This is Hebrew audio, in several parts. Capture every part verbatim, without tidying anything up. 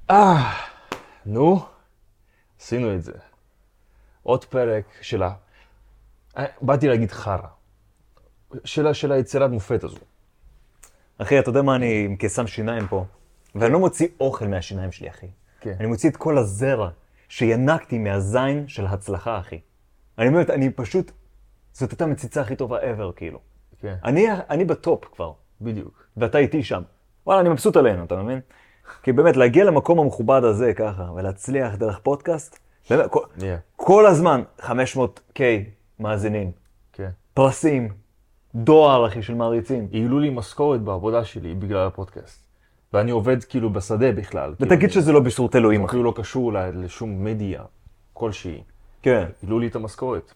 אה, נו, עשינו את זה. עוד פרק של ה... באתי להגיד חרא. של, של היצירת מופת הזו. אחי, אתה יודע מה, אני עם קסם שיניים פה, ואני לא מוציא אוכל מהשיניים שלי, אחי. כן. אני מוציא את כל הזרע שינקתי מהזין של ההצלחה, אחי. אני באמת, אני פשוט... זאת הייתה המציצה הכי טובה ever, כאילו. כן. אני, אני בטופ כבר. בדיוק. ואתה איתי שם. וואלה, אני מבסוט עלינו, אתה מבין? כי באמת, להגיע למקום המכובד הזה ככה, ולהצליח דרך פודקאסט, באמת, כל, Yeah. כל הזמן חמש מאות קיי מאזינים, כן. פרסים, דואר, אחי, של מעריצים. העלו לי משכורת בעבודה שלי בגלל הפודקאסט. ואני עובד כאילו בשדה בכלל. ותגיד כאילו, שזה לא בזכות אלוהים, זה אחי. אפילו לא קשור ל- לשום מדיה כלשהי. כן. העלו לי את המשכורת.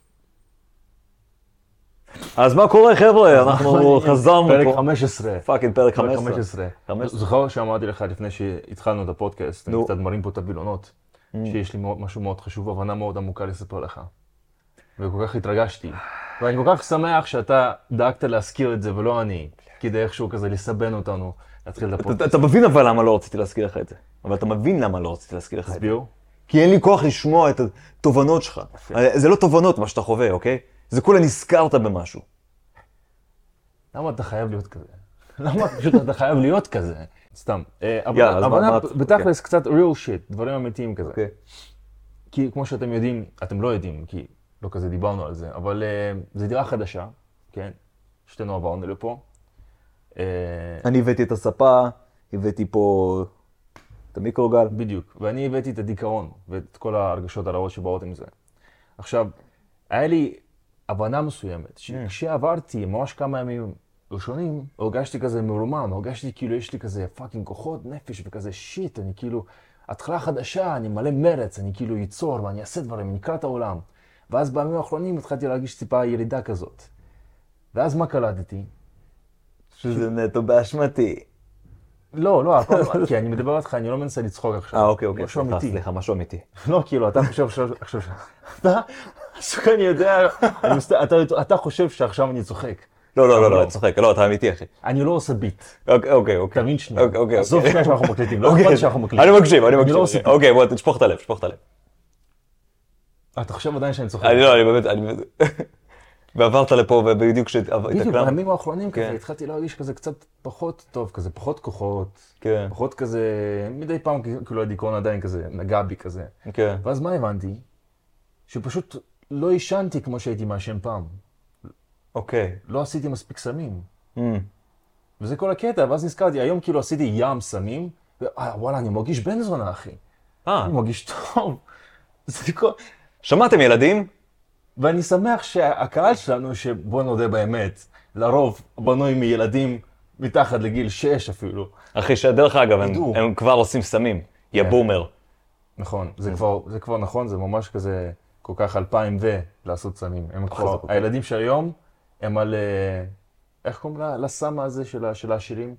אז מה קורה, חבר'ה? אנחנו חזרנו פה. פרק חמש עשרה. פאקינג פרק פרק חמש עשרה. עשרה. חמש עשרה. זוכר שאמרתי לך לפני שהתחלנו את הפודקאסט, אני נו. קצת מרים פה את הבילונות, שיש לי מאוד- משהו מאוד חשוב, הבנה מאוד עמוקה לספר לך. וכל כך התרגשתי. ואני כל כך שמח שאתה דאגת להזכיר את זה ולא אני, כדי איכשהו כזה לסבן אותנו, להתחיל את אתה- הפודקאסט. אתה מבין אבל למה לא רציתי להזכיר לך את זה. אבל אתה מבין למה לא רציתי להזכיר לך את זה. תסביר? כי אין לי כוח לשמוע את התובנות שלך. זה לא תובנות מה שאתה חווה, אוקיי? זה כולה נזכרת במשהו. למה אתה חייב להיות כזה? למה פשוט אתה חייב להיות כזה? סתם. אה, אבל יאללה, אז מה- הבנה מה- בתכלס קצת real shit, דברים אמיתיים כזה. אוקיי. כי כמו שאתם יודעים, אתם לא יודעים, כי לא כזה דיברנו על זה, אבל uh, זו דירה חדשה, כן? שתינו עברנו לפה. Uh, אני הבאתי את הספה, הבאתי פה את המיקרוגל. בדיוק. ואני הבאתי את הדיכאון ואת כל ההרגשות הרעות שבאות עם זה. עכשיו, היה לי הבנה מסוימת, שכשעברתי ממש כמה ימים ראשונים, הרגשתי כזה מרומם, הרגשתי כאילו יש לי כזה פאקינג כוחות נפש וכזה שיט, אני כאילו, התחלה חדשה, אני מלא מרץ, אני כאילו ייצור ואני אעשה דברים, אני אקרא את העולם. ואז בימים האחרונים התחלתי להרגיש טיפה ירידה כזאת. ואז מה קלטתי? שזה נטו באשמתי. לא, לא, הכל, כי אני מדבר איתך, אני לא מנסה לצחוק עכשיו. אה, אוקיי, אוקיי. משהו סליחה, אמיתי. סליחה, משהו אמיתי. לא, כאילו, אתה חושב עכשיו... אתה, עסוק, אני יודע, אני מסת- אתה- אתה חושב שעכשיו אני צוחק. לא, לא, לא, לא. לא, אני צוחק. לא, אתה אמיתי, אחי. אני לא עושה ביט. אוקיי, אוקיי, אוקיי. תבין שנייה. אוקיי, אוקיי. עזוב שנייה שאנחנו מקליטים, לא אוקיי. אכפת שאנחנו מקליטים. אני מקשיב, אני אני מקשיב. לא עושה ביט. אוקיי, בוא, תשפוך את הלב, תשפוך את הלב. אתה חושב עדיין שאני צוחק. אני לא, אני באמת, אני באמת... ועברת לפה, ובדיוק בדיוק, כשהתאקלמנו. בימים האחרונים כזה, כן. התחלתי להרגיש כזה קצת פחות טוב, כזה פחות כוחות. כן. פחות כזה, מדי פעם כאילו הדיכאון עדיין כזה נגע בי כזה. כן. ואז מה הבנתי? שפשוט לא ישנתי כמו שהייתי מעשן פעם. אוקיי. לא עשיתי מספיק סמים. Mm. וזה כל הקטע, ואז נזכרתי, היום כאילו עשיתי ים סמים, ווואלה, אני מרגיש בן זונה, אחי. אה, אני מרגיש טוב. זה כל... שמעתם ילדים? ואני שמח שהקהל שלנו, שבוא נודה באמת, לרוב בנוי מילדים מתחת לגיל שש אפילו. אחי, שדרך אגב, הם- ידעו. הם כבר עושים סמים. יא כן. בומר. נכון, זה כבר, זה כבר נכון, זה ממש כזה כל כך אלפיים ו... לעשות סמים. הם כבר, זה כל כך. הילדים של היום, הם על... אה, איך קוראים לה- לסם הזה של ה- של העשירים?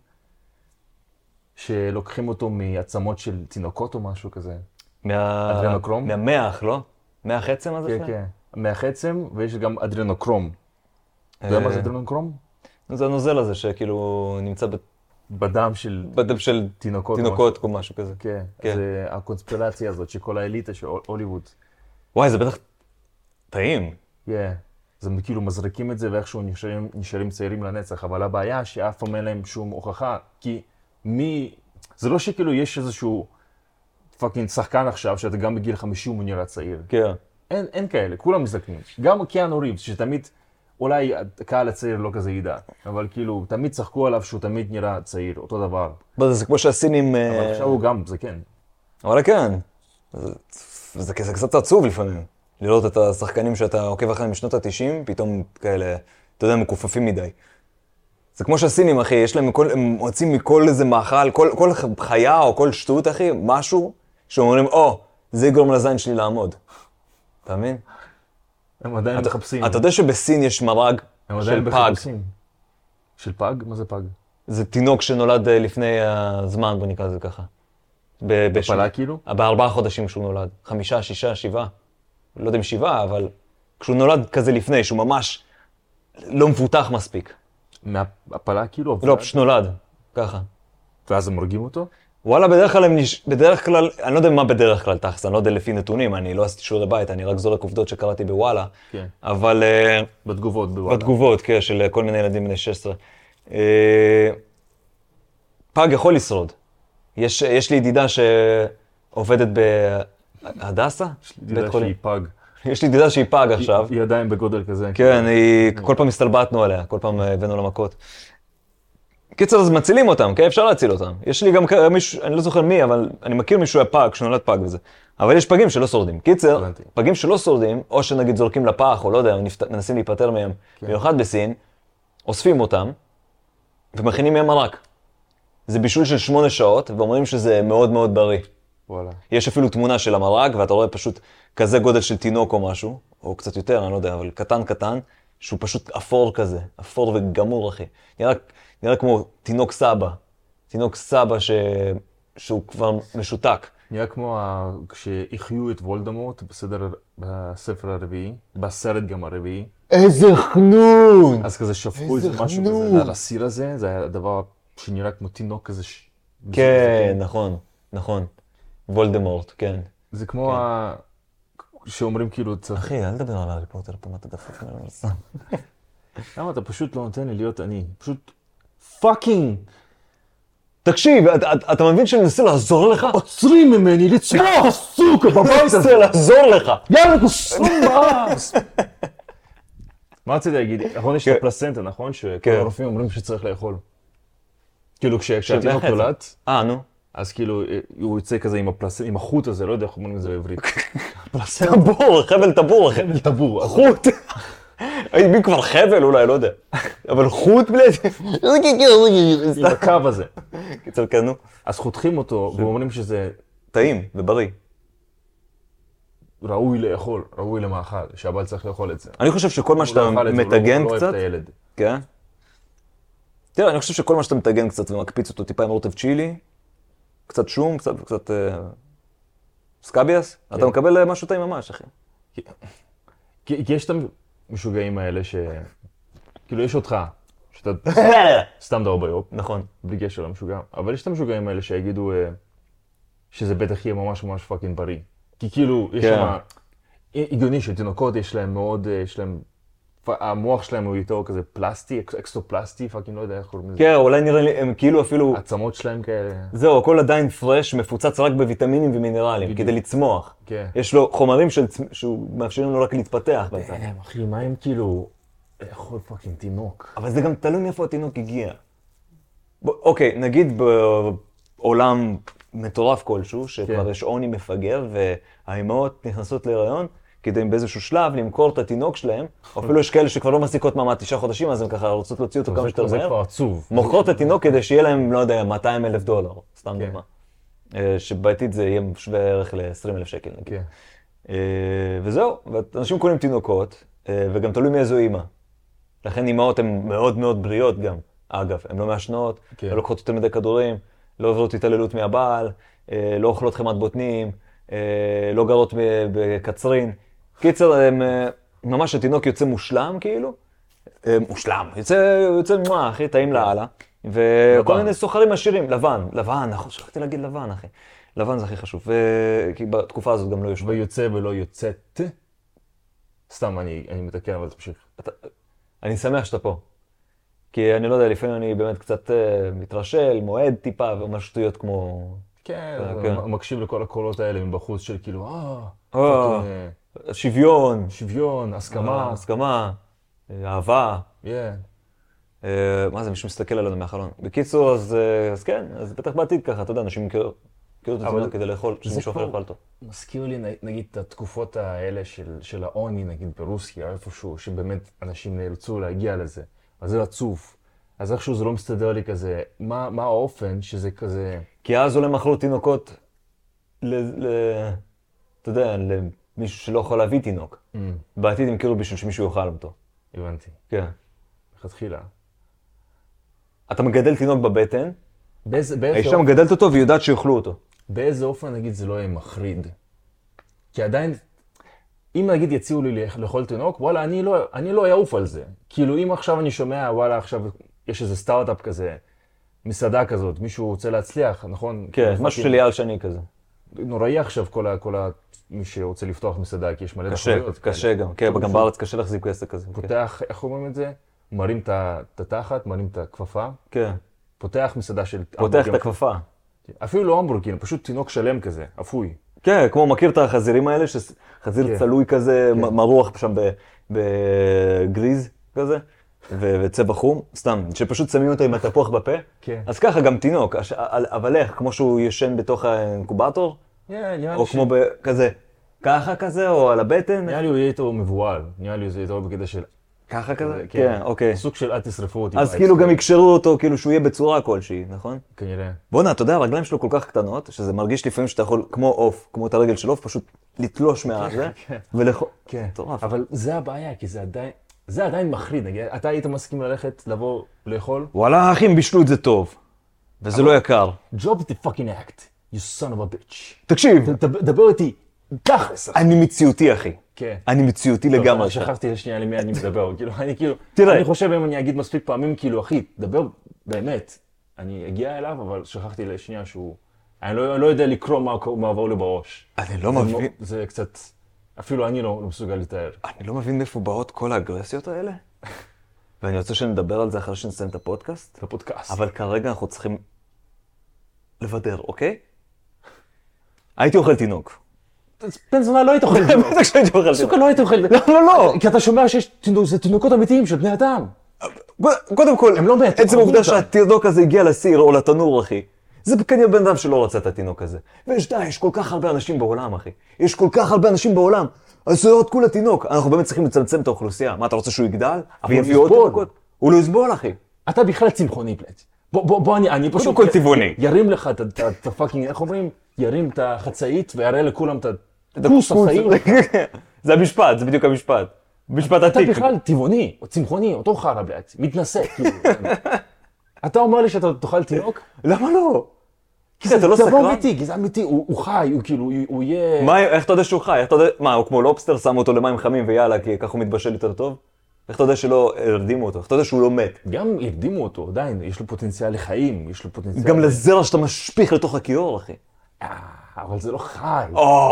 שלוקחים אותו מעצמות של תינוקות או משהו כזה. מה... אדרנוקרום? מהמח, לא? מהח עצם הזה כן, שלהם? כן. מהחצם, ויש גם אדרנוקרום. אתה יודע מה זה אדרנוקרום? זה הנוזל הזה שכאילו נמצא בדם של בדם של תינוקות. או תינוקות או משהו כזה. משהו. כן, כן. זה הקונספירציה הזאת שכל האליטה של הוליווד. וואי, זה בטח טעים. כן. אז הם כאילו מזריקים את זה ואיכשהו נשארים, נשארים צעירים לנצח, אבל הבעיה שאף פעם אין להם שום הוכחה, כי מי... זה לא שכאילו יש איזשהו פאקינג שחקן עכשיו, שאתה גם בגיל חמישים הוא נראה צעיר. כן. אין, אין כאלה, כולם מזדקנים. גם קיאנו ריבס, שתמיד, אולי הקהל הצעיר לא כזה ידע, אבל כאילו, תמיד צחקו עליו שהוא תמיד נראה צעיר, אותו דבר. בוא, זה כמו שהסינים... אבל אה, עכשיו הוא גם זקן. אבל כן. זה, זה, זה קצת עצוב לפעמים. לראות את השחקנים שאתה עוקב אחריהם משנות ה-תשעים, פתאום כאלה, אתה יודע, מקופפים מדי. זה כמו שהסינים, אחי, יש להם, כל, הם מוצאים מכל איזה מאכל, כל, כל חיה או כל שטות, אחי, משהו שאומרים, או, זה יגרום לזין שלי לעמוד. אתה מבין? הם עדיין מחפשים. אתה יודע שבסין יש מרג הם עדיין של פג. מחפשים. של פג? מה זה פג? זה תינוק שנולד אה, לפני הזמן, בוא נקרא לזה ככה. ב- בש- הפלה כאילו? בארבעה חודשים כשהוא נולד. חמישה, שישה, שבעה. לא יודע אם שבעה, אבל כשהוא נולד כזה לפני, שהוא ממש לא מפותח מספיק. מהפלה כאילו? לא, פשוט נולד. ככה. ואז הם הורגים אותו? וואלה, בדרך כלל הם נש... בדרך כלל, אני לא יודע מה בדרך כלל תכלס, אני לא יודע לפי נתונים, אני לא עשיתי שיעורי בית, אני רק זורק עובדות שקראתי בוואלה. כן. אבל... אה, בתגובות בוואלה. בתגובות, כן, של כל מיני ילדים בני שש עשרה. אה, פג יכול לשרוד. יש, יש לי ידידה שעובדת בהדסה? יש לי ידידה שהיא פג. יש לי ידידה שהיא פג עכשיו. היא עדיין בגודל כזה. כן, היא, כל פעם הסתלבטנו עליה, כל פעם הבאנו לה מכות. קיצר, אז מצילים אותם, כן? אפשר להציל אותם. יש לי גם מישהו, אני לא זוכר מי, אבל אני מכיר מישהו היה פג, שנולד פג וזה. אבל יש פגים שלא שורדים. קיצר, פגים שלא שורדים, או שנגיד זורקים לפח, או לא יודע, מנסים להיפטר מהם, במיוחד בסין, אוספים אותם, ומכינים מהם מרק. זה בישול של שמונה שעות, ואומרים שזה מאוד מאוד בריא. וואלה. יש אפילו תמונה של המרק, ואתה רואה פשוט כזה גודל של תינוק או משהו, או קצת יותר, אני לא יודע, אבל קטן קטן, שהוא פשוט אפור כזה, אפור וגמור, אחי. נראה, נראה כמו תינוק סבא. תינוק סבא ש... שהוא כבר משותק. נראה כמו ה... כשהחיו את וולדמורט בסדר, בספר הרביעי, בסרט גם הרביעי. איזה חנון! אז כזה שפכו איזה משהו כזה על הסיר הזה, זה היה דבר שנראה כמו תינוק כזה. ש... כן, נכון, נכון. וולדמורט, כן. זה כמו כן. ה... שאומרים כאילו צריך... אחי, אל תדבר על הארי פוטר, פה מה אתה דפק ממנו לסם. למה אתה פשוט לא נותן לי להיות אני? פשוט פאקינג! תקשיב, אתה, אתה, אתה מבין שאני מנסה לעזור לך? עוצרים ממני לצמוח סוכה בבית הזה! מנסה לעזור לך! יאללה, תסום בארץ! מה רציתי להגיד? נכון, יש את הפלסנטה, נכון? שכל הרופאים אומרים שצריך לאכול. כאילו כשהתינוק נולד, אה, נו. אז כאילו הוא יוצא כזה עם הפלסנטה, עם החוט הזה, לא יודע איך אומרים את זה בעברית. טבור, חבל טבור. חבל טבור. חוט. מי כבר חבל אולי, לא יודע. אבל חוט בלד. עם הקו הזה. קיצר, כן, נו. אז חותכים אותו, ואומרים שזה... טעים ובריא. ראוי לאכול, ראוי למאכל, שהבעל צריך לאכול את זה. אני חושב שכל מה שאתה מטגן קצת... כן? תראה, אני חושב שכל מה שאתה מטגן קצת ומקפיץ אותו טיפה עם רוטב צ'ילי, קצת שום, קצת, קצת סקאביאס, אתה מקבל משהו טעים ממש, אחי. כי יש את המשוגעים האלה ש... כאילו, יש אותך, שאתה סתם דבר ביופ. נכון. בלי קשר למשוגע. אבל יש את המשוגעים האלה שיגידו שזה בטח יהיה ממש ממש פאקינג בריא. כי כאילו, יש שם... הגיוני שתינוקות יש להם מאוד, יש להם... המוח שלהם הוא יותר כזה פלסטי, אקסטופלסטי, פאקינג לא יודע איך קוראים לזה. כן, אולי נראה לי, הם כאילו אפילו... העצמות שלהם כאלה. זהו, הכל עדיין פרש, מפוצץ רק בוויטמינים ומינרלים, כדי לצמוח. כן. יש לו חומרים שהוא מאפשרים לו רק להתפתח. כן, אחי, מה הם כאילו... לאכול פאקינג תינוק. אבל זה גם תלוי מאיפה התינוק הגיע. אוקיי, נגיד בעולם מטורף כלשהו, שכבר יש עוני מפגר, והאימהות נכנסות להיריון, כדי באיזשהו שלב למכור את התינוק שלהם, אפילו יש כאלה שכבר לא מחזיקות מעמד תשעה חודשים, אז הם ככה רוצות להוציא אותו כמה שיותר מהר. זה כבר עצוב. מוכרות את התינוק כדי שיהיה להם, לא יודע, מאתיים אלף דולר, סתם דוגמה. שבעתיד זה יהיה שווה ערך ל-עשרים אלף שקל, נגיד. וזהו, ואנשים קונים תינוקות, וגם תלוי מאיזו אימא. לכן אימהות הן מאוד מאוד בריאות גם. אגב, הן לא מעשנות, לא לוקחות יותר מדי כדורים, לא עוברות התעללות מהבעל, לא אוכלות חמת בוטנים, לא גרות בקצרין. קיצר, ממש התינוק יוצא מושלם, כאילו. מושלם. יוצא, יוצא מה, אחי, טעים לאללה. וכל מיני סוחרים עשירים. לבן, לבן, נכון, שכחתי להגיד לבן, אחי. לבן זה הכי חשוב. כי בתקופה הזאת גם לא יושבים. ויוצא ולא יוצאת. סתם, אני מתקן, אבל תמשיך. אני שמח שאתה פה. כי אני לא יודע, לפעמים אני באמת קצת מתרשל, מועד טיפה, ואומר שטויות כמו... כן, מקשיב לכל הקולות האלה מבחוץ של כאילו, אה, שוויון, שוויון, הסכמה, הסכמה, אהבה. מה זה, מישהו מסתכל עלינו מהחלון. בקיצור, אז כן, אז בטח בעתיד ככה, אתה יודע, אנשים מכירו את התינוק כדי לאכול, שמישהו אחר יאכל אותו. מזכיר לי, נגיד, את התקופות האלה של העוני, נגיד ברוסיה, איפשהו, שבאמת אנשים נאלצו להגיע לזה. אז זה עצוב. אז איכשהו זה לא מסתדר לי כזה, מה, מה האופן שזה כזה... כי אז עולה מחלות תינוקות, ל... ל... אתה יודע, למישהו שלא יכול להביא תינוק. Mm. בעתיד הם כאילו בשביל שמישהו יאכל אותו. הבנתי. כן. לכתחילה. אתה מגדל תינוק בבטן, באיזה, באיזה האישה אופן... מגדלת אותו ויודעת שיאכלו אותו. באיזה אופן, נגיד, זה לא יהיה מחריד? כי עדיין... אם נגיד יציעו לי לאכול תינוק, וואלה, אני לא, אני לא אעוף על זה. כאילו, אם עכשיו אני שומע, וואלה, עכשיו יש איזה סטארט-אפ כזה, מסעדה כזאת, מישהו רוצה להצליח, נכון? כן, משהו של אייל שני כזה. נוראי עכשיו כל ה... כל ה... מי שרוצה לפתוח מסעדה, כי יש מלא קשה, תחרויות. קשה גם. כן, גם בארץ קשה להחזיק עסק כזה. פותח, איך אומרים את זה? מרים את התחת, מרים את הכפפה. כן. פותח מסעדה של... פותח את הכפפה. אפילו לא המבורגר, פשוט תינוק שלם כזה, אפוי. כן, כמו מכיר את החזירים האלה, שחזיר צלוי כזה, מרוח שם בגריז כזה, וצבע חום, סתם, שפשוט שמים אותו עם התפוח בפה. אז ככה גם תינוק, אבל איך, כמו שהוא ישן בתוך האינקובטור, או כמו כזה, ככה כזה, או על הבטן. נראה לי הוא יהיה איתו מבועל, נראה לי זה איתו בקטע של... ככה כזה? כן, אוקיי. סוג של אל תשרפו אותי. אז כאילו גם יקשרו אותו, כאילו שהוא יהיה בצורה כלשהי, נכון? כנראה. בוא'נה, אתה יודע, הרגליים שלו כל כך קטנות, שזה מרגיש לפעמים שאתה יכול, כמו עוף, כמו את הרגל של עוף, פשוט לתלוש מהזה, ולאכול. כן, אבל זה הבעיה, כי זה עדיין, זה עדיין מחריד, נגיד, אתה היית מסכים ללכת, לבוא, לאכול? וואלה, האחים בישלו את זה טוב, וזה לא יקר. Drop the fucking act, you son of a bitch. תקשיב. דבר איתי, תכלס. אני מציאותי, אחי. כן. אני מציאותי לגמרי. שכחתי לשנייה למי אני מדבר, כאילו, אני כאילו, אני חושב אם אני אגיד מספיק פעמים, כאילו, אחי, דבר באמת. אני אגיע אליו, אבל שכחתי לשנייה שהוא, אני לא יודע לקרוא מה עבור לי בראש. אני לא מבין. זה קצת, אפילו אני לא מסוגל לתאר. אני לא מבין מאיפה באות כל האגרסיות האלה, ואני רוצה שנדבר על זה אחרי שנסיים את הפודקאסט. את הפודקאסט. אבל כרגע אנחנו צריכים לבדר, אוקיי? הייתי אוכל תינוק. בן זונה לא היית אוכל תינוק. בטח שהייתי אוכל תינוק. סוכה לא היית אוכל תינוק. לא, לא, לא. כי אתה שומע שיש תינוקות אמיתיים של בני אדם. קודם כל, הם לא מתים. עצם העובדה שהתינוק הזה הגיע לסיר או לתנור, אחי. זה כנראה בן אדם שלא רצה את התינוק הזה. ויש די, יש כל כך הרבה אנשים בעולם, אחי. יש כל כך הרבה אנשים בעולם. אז זה עוד כולה תינוק. אנחנו באמת צריכים לצמצם את האוכלוסייה. מה, אתה רוצה שהוא יגדל? ויביא עוד תינוקות? הוא לא יסבול, אחי. אתה בכלל צמחוני, פלט. בוא, בוא, אני, אני פשוט... קודם כל טבעוני. ירים לך את הפאקינג, איך אומרים? ירים את החצאית ויראה לכולם את הכוס החיים. זה המשפט, זה בדיוק המשפט. משפט עתיק. אתה בכלל טבעוני, או צמחוני, אותו חרא, בלט. מתנשא, כאילו. אתה אומר לי שאתה תאכל תינוק? למה לא? כי זה דבר אמיתי, כי זה אמיתי, הוא חי, הוא כאילו, הוא יהיה... מה, איך אתה יודע שהוא חי? איך אתה יודע... מה, הוא כמו לובסטר, שמו אותו למים חמים ויאללה, כי ככה הוא מתבשל יותר טוב? איך אתה יודע שלא הרדימו אותו? איך אתה יודע שהוא לא מת? גם הרדימו אותו, עדיין, יש לו פוטנציאל לחיים, יש לו פוטנציאל... גם לזרע שאתה משפיך לתוך הכיור, אחי. אבל זה לא חי.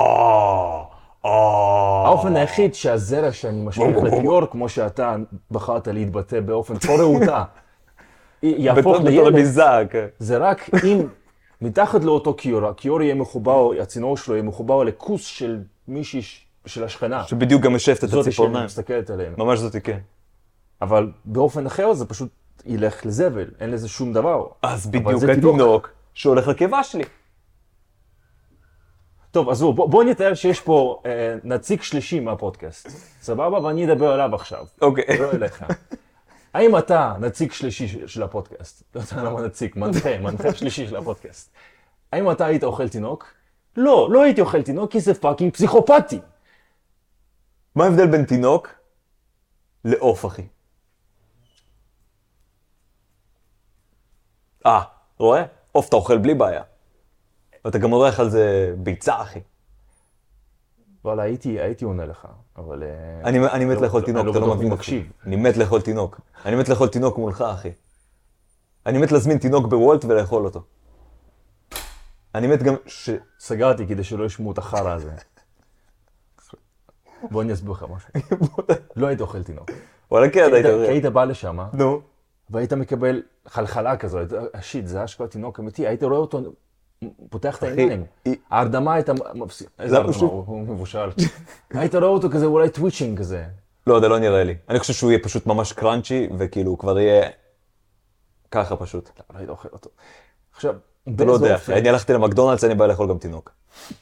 האופן היחיד שהזרע שאני משפיך לכיור, כמו שאתה בחרת להתבטא באופן כה רעותה, יהפוך לילד, זה רק אם מתחת לאותו כיור, הכיור יהיה מחובר, הצינור שלו יהיה מחובר לכוס של מישהי של השכנה. שבדיוק גם משפת את הציפורניים. זאת שמסתכלת עלינו. ממש זאתי, כן. אבל באופן אחר זה פשוט ילך לזבל, אין לזה שום דבר. אז בדיוק התינוק שהולך לקיבה שלי. טוב, אז בוא, בוא נתאר שיש פה אה, נציג שלישי מהפודקאסט, סבבה? ואני אדבר עליו עכשיו. אוקיי. לא אליך. האם אתה נציג שלישי של הפודקאסט? לא יודע למה נציג, מנחה, מנחה שלישי של הפודקאסט. האם אתה היית אוכל תינוק? לא, לא הייתי אוכל תינוק כי זה פאקינג פסיכופתי. מה ההבדל בין תינוק לעוף, אחי? אה, רואה? עוף אתה אוכל בלי בעיה. ואתה גם עורך על זה ביצה, אחי. וואלה, הייתי, הייתי עונה לך, אבל... אני, אני מת לאכול תינוק, אתה לא מבין מקשיב. אני מת לאכול תינוק. אני מת לאכול תינוק מולך, אחי. אני מת להזמין תינוק בוולט ולאכול אותו. אני מת גם ש... סגרתי כדי שלא ישמעו את החרא הזה. בוא אני אסביר לך משהו. לא היית אוכל תינוק. וואלה, כן, היית... כי היית בא לשם, נו. והיית מקבל חלחלה כזו, השיט, זה אשכרה תינוק אמיתי, היית רואה אותו... פותח את העיניים. ההרדמה הייתה מפסיק. איזה הרדמה? הוא מבושל. היית רואה אותו כזה, אולי טוויצ'ינג כזה. לא, זה לא נראה לי. אני חושב שהוא יהיה פשוט ממש קראנצ'י, וכאילו הוא כבר יהיה ככה פשוט. לא היית אוכל אותו. עכשיו, אתה לא יודע, אני הלכתי למקדונלדס, אני בא לאכול גם תינוק.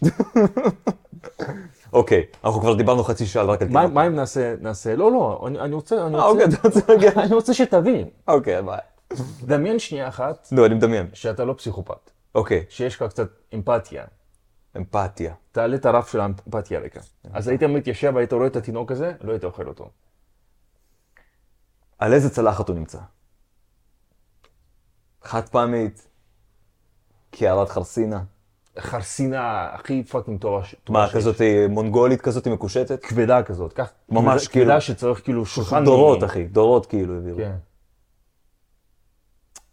אוקיי, אנחנו כבר דיברנו חצי שעה רק על תינוק. מה אם נעשה? לא, לא, אני רוצה... אני רוצה שתבין. אוקיי, ביי. דמיין שנייה אחת. לא, אני מדמיין. שאתה לא פסיכופת. אוקיי. שיש לך קצת אמפתיה. אמפתיה. תעלה את הרף של האמפתיה רקע. אז היית מתיישב והיית רואה את התינוק הזה, לא היית אוכל אותו. על איזה צלחת הוא נמצא? חד פעמית? קערת חרסינה? חרסינה הכי פאקינג טובה. מה, כזאת מונגולית כזאת מקושטת? כבדה כזאת, כך. ממש כאילו. כבדה שצריך כאילו שולחן. דורות, אחי, דורות כאילו הביאו. כן.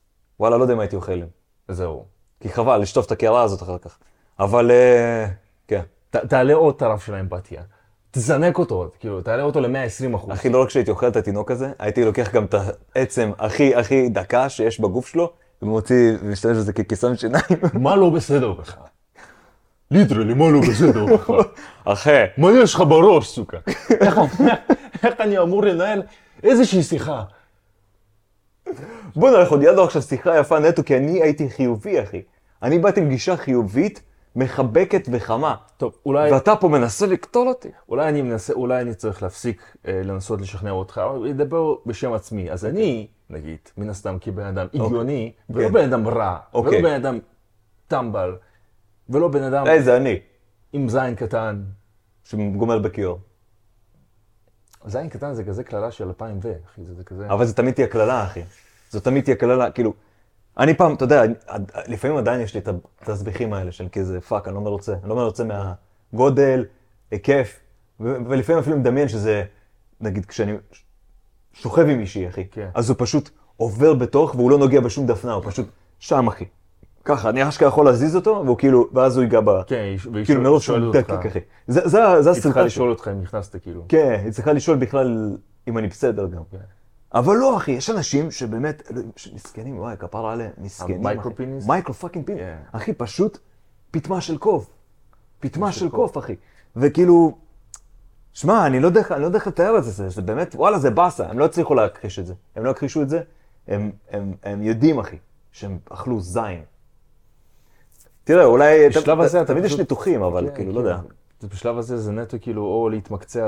וואלה, לא יודע אם הייתי אוכל. זהו. כי חבל, לשטוף את הקערה הזאת אחר כך. אבל, אה, כן. ת, תעלה עוד טרף של האמפתיה. תזנק אותו, כאילו, תעלה אותו ל-מאה ועשרים אחוז. אחי, לא רק שהייתי אוכל את התינוק הזה, הייתי לוקח גם את העצם הכי הכי דקה שיש בגוף שלו, ומוציא, ומשתמש בזה ככיסם שיניים. מה לא בסדר בך? ליטרלי, מה לא בסדר בך? אחי. מה יש לך בראש, סוכה? איך, איך אני אמור לנהל איזושהי שיחה? בוא נלך עוד ידו עכשיו שיחה יפה נטו, כי אני הייתי חיובי, אחי. אני באתי עם גישה חיובית, מחבקת וחמה. טוב, אולי... ואתה פה מנסה לקטול אותי. אולי אני מנסה, אולי אני צריך להפסיק אה, לנסות לשכנע אותך, אבל לדבר בשם עצמי. אז אני, נגיד, מן הסתם כבן אדם הגיוני, ולא בן אדם רע, ולא בן אדם טמבל, ולא בן אדם... איזה אני. עם זין קטן. שגומר בכיור. זין קטן זה כזה כללה של אלפיים ו, אחי, זה כזה... אבל זה תמיד תהיה כללה, אחי. זו תמיד תהיה כללה, כאילו... אני פעם, אתה יודע, לפעמים עדיין יש לי את התסביכים האלה של כזה, פאק, אני לא מרוצה. אני לא מרוצה מהגודל, היקף, ולפעמים אפילו מדמיין שזה, נגיד, כשאני שוכב עם אישי, אחי, אז הוא פשוט עובר בתוך, והוא לא נוגע בשום דפנה, הוא פשוט שם, אחי. ככה, אני אשכרה יכול להזיז אותו, והוא כאילו, ואז הוא ייגע ב... כן, כאילו מראש הוא דקיק, אחי. זה הסרטה. היא צריכה לשאול אותך אם נכנסת, כאילו. כן, היא צריכה לשאול בכלל אם אני בסדר גם. אבל לא, אחי, יש אנשים שבאמת, מסכנים, וואי, כפרה עליהם, מסכנים, אחי. מייקרו פיניס? מייקרו פאקינג פיניס. אחי, פשוט פטמה של קוף. פטמה של קוף, אחי. וכאילו, שמע, אני לא יודע איך לתאר את זה, זה באמת, וואלה, זה באסה, הם לא הצליחו להכחיש את זה. הם לא הכחישו את זה, הם יודעים, אחי, שהם אכלו זין. תראה, אולי, תמיד יש ניתוחים, אבל כאילו, לא יודע. בשלב הזה זה נטו כאילו, או להתמקצע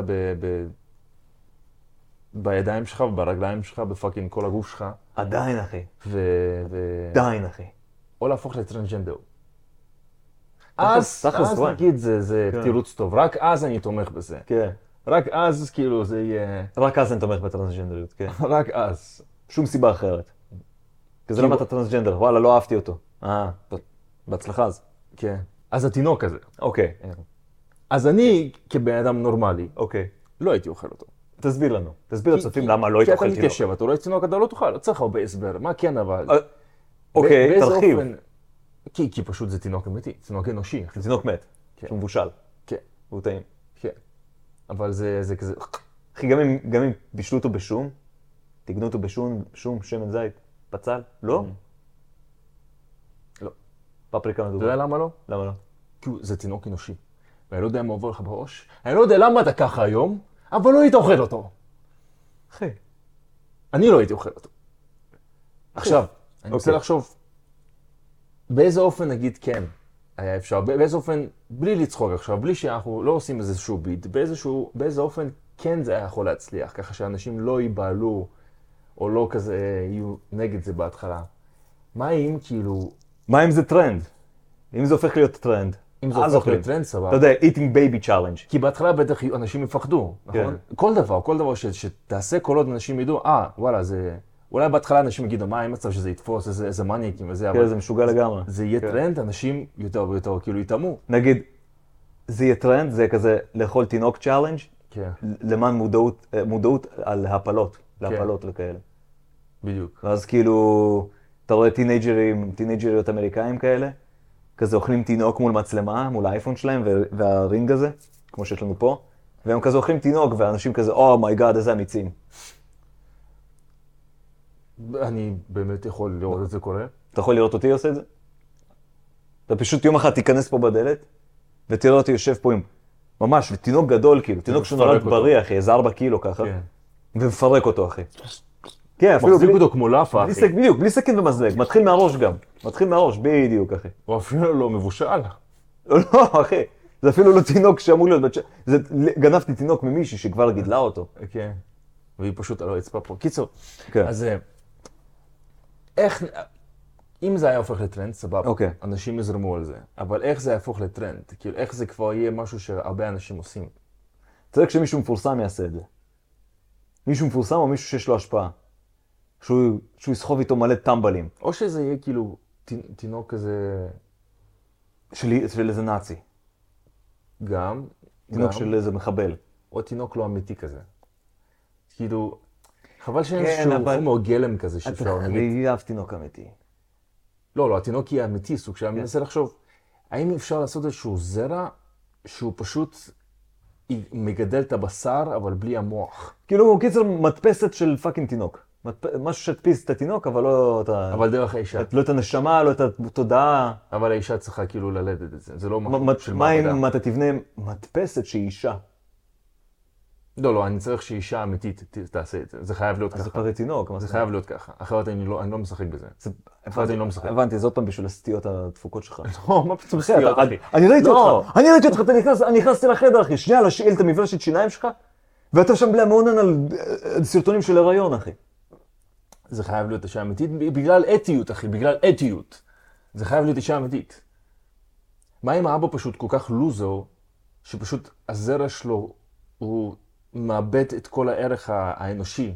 בידיים שלך וברגליים שלך, בפאקינג כל הגוף שלך. עדיין, אחי. ו... עדיין, אחי. או להפוך לטרנסג'נדר. אז, אז נגיד, זה תירוץ טוב. רק אז אני תומך בזה. כן. רק אז, כאילו, זה יהיה... רק אז אני תומך בטרנסג'נדריות, כן. רק אז. שום סיבה אחרת. כי זה למה אתה טרנסג'נדר, וואלה, לא אהבתי אותו. אה, בהצלחה אז. כן. אז התינוק הזה. אוקיי. אז אני, כבן אדם נורמלי, אוקיי. לא הייתי אוכל אותו. תסביר לנו. תסביר לצופים למה לא היית אוכל תינוק. כי אתה מתיישב, אתה רואה תינוק, אתה לא תאכל, לא צריך הרבה הסבר. מה כן אבל? אוקיי, תרחיב. כי פשוט זה תינוק אמיתי, תינוק אנושי. זה תינוק מת, שהוא מבושל. כן. והוא טעים. כן. אבל זה כזה... אחי, גם אם בישלו אותו בשום, תגנו אותו בשום, שום, שמן זית, פצל, לא? לא. פפריקה מדובר. אתה יודע למה לא? למה לא? כי זה תינוק אנושי. ואני לא יודע מה עובר לך בראש. אני לא יודע למה אתה ככה היום, אבל לא היית אוכל אותו. אחי. אני לא הייתי אוכל אותו. עכשיו, אני רוצה לחשוב, באיזה אופן נגיד כן היה אפשר, באיזה אופן, בלי לצחוק עכשיו, בלי שאנחנו לא עושים איזשהו ביט, באיזה אופן כן זה היה יכול להצליח, ככה שאנשים לא ייבעלו, או לא כזה יהיו נגד זה בהתחלה. מה אם כאילו... מה אם זה טרנד? אם זה הופך להיות טרנד? אם זה הופך להיות טרנד, סבבה. אתה יודע, eating baby challenge. כי בהתחלה בטח אנשים יפחדו, נכון? כל דבר, כל דבר שתעשה כל עוד אנשים ידעו, אה, וואלה, זה... אולי בהתחלה אנשים יגידו, מה, אין מצב שזה יתפוס, איזה מניאקים וזה, אבל... כן, זה משוגע לגמרי. זה יהיה טרנד, אנשים יותר ויותר כאילו יתאמו. נגיד, זה יהיה טרנד, זה כזה לאכול תינוק צ'אלנג' למען מודעות על הפלות, להפלות לכאלה. בדיוק. ואז כאילו, אתה רואה טינג'רים, טינג'ריות אמריקאים כאלה, כזה אוכלים תינוק מול מצלמה, מול האייפון שלהם והרינג הזה, כמו שיש לנו פה, והם כזה אוכלים תינוק, ואנשים כזה, או מי גאד, איזה אמיצים. אני באמת יכול לראות את זה קורה. אתה יכול לראות אותי עושה את זה? אתה פשוט יום אחד תיכנס פה בדלת, ותראה אותי יושב פה עם, ממש, תינוק גדול כאילו, תינוק שנולד בריא, אחי, איזה ארבע קילו ככה, ומפרק אותו, אחי. כן, אפילו מחזיק אותו כמו לאפה, אחי. בדיוק, בלי סכין ומזלג, מתחיל מהראש גם. מתחיל מהראש, בדיוק, אחי. הוא אפילו לא מבושל. לא, אחי. זה אפילו לא תינוק שאמור להיות... זה גנבתי תינוק ממישהי שכבר גידלה אותו. כן. והיא פשוט לא הצפה פה. קיצור, כן. אז איך... אם זה היה הופך לטרנד, סבבה. אוקיי. אנשים יזרמו על זה. אבל איך זה יהפוך לטרנד? כאילו, איך זה כבר יהיה משהו שהרבה אנשים עושים? צריך שמישהו מפורסם יעשה את זה. מישהו מפורסם או מישהו שיש לו השפעה. שהוא, שהוא יסחוב איתו מלא טמבלים. או שזה יהיה כאילו תינוק כזה... של, של איזה נאצי. גם. תינוק גם. של איזה מחבל. או תינוק לא אמיתי כזה. כאילו, חבל שאין כן, איזשהו אבל... חומר גלם כזה שאפשר נגיד. אני אהב תינוק אמיתי. לא, לא, התינוק יהיה אמיתי, סוג שאני מנסה לחשוב, האם אפשר לעשות איזשהו זרע שהוא פשוט מגדל את הבשר, אבל בלי המוח? כאילו, קיצר, מדפסת של פאקינג תינוק. משהו שתפיס את התינוק, אבל לא את ה... אבל דרך האישה. לא את הנשמה, לא את התודעה. אבל האישה צריכה כאילו ללדת את זה, זה לא משהו של מה מעבדה. אם אתה תבנה מדפסת שהיא אישה? לא, לא, אני צריך שאישה אמיתית תעשה את זה. זה חייב להיות ככה. אז זה פרי תינוק. זה חייב להיות ככה. אחרת אני לא, אני לא משחק בזה. אחרת אני לא משחק. הבנתי, זה עוד פעם בשביל הסטיות הדפוקות שלך. לא, מה פתאום סטיות, אחי? אני ראיתי אותך, אני ראיתי אותך, אני נכנסתי לחדר, אחי. שנייה, להשאיל את המברשת שיניים שלך, ואתה שם בלי המעונן על סרטונים של הריון, אחי. זה חייב להיות אישה אמיתית בגלל אתיות, אחי, בגלל אתיות. זה חייב להיות אישה אמיתית. מה אם האבא פשוט כל כך לוזר, שפשוט הזרע שלו הוא מאבד את כל הערך האנושי.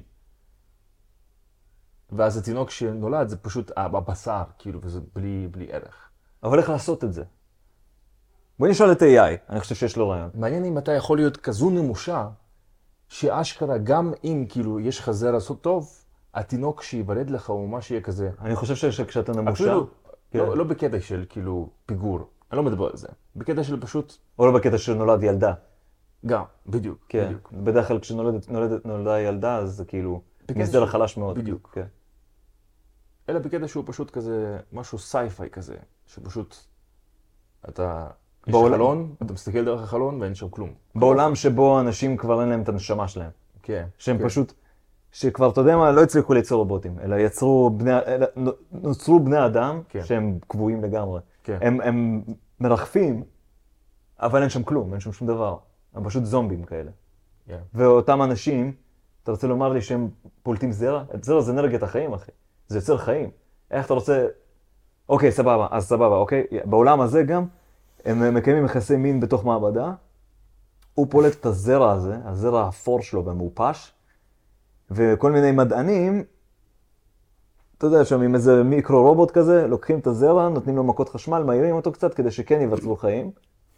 ואז התינוק שנולד זה פשוט הבשר, כאילו, וזה בלי, בלי ערך. אבל איך לעשות את זה? בוא נשאל את איי איי, אני חושב שיש לו רעיון. מעניין אם אתה יכול להיות כזו נמושה, שאשכרה גם אם כאילו יש לך זרע לעשות טוב, התינוק שיוולד לך הוא ממש יהיה כזה. אני חושב שכשאתה נמושה... אפילו, לא, לא בקטע של כאילו פיגור, אני לא מדבר על זה. בקטע של פשוט... או לא בקטע שנולד ילדה. גם, בדיוק, כן. בדיוק. בדרך כלל כשנולדת נולדת, נולדה ילדה, אז זה כאילו מסדר חלש מאוד. בדיוק. כן. אלא בקטע שהוא פשוט כזה, משהו סייפיי כזה, שפשוט אתה... יש בעולם... חלון, אתה מסתכל דרך החלון ואין שם כלום. בעולם שבו אנשים כבר אין להם את הנשמה שלהם. כן. שהם כן. פשוט, שכבר, אתה יודע מה, לא הצליחו ליצור רובוטים, אלא יצרו בני, אלא נוצרו בני אדם כן. שהם קבועים לגמרי. כן. הם, הם מרחפים, אבל אין שם כלום, אין שם שום דבר. הם פשוט זומבים כאלה. כן. ואותם אנשים, אתה רוצה לומר לי שהם פולטים זרע? זרע זה אנרגיית החיים, אחי. זה יוצר חיים. איך אתה רוצה... אוקיי, סבבה, אז סבבה, אוקיי? בעולם הזה גם, הם מקיימים יחסי מין בתוך מעבדה, הוא פולט את הזרע הזה, הזרע האפור שלו במעופש, וכל מיני מדענים, אתה יודע, שם עם איזה מיקרו רובוט כזה, לוקחים את הזרע, נותנים לו מכות חשמל, מהירים אותו קצת כדי שכן ייווצרו חיים.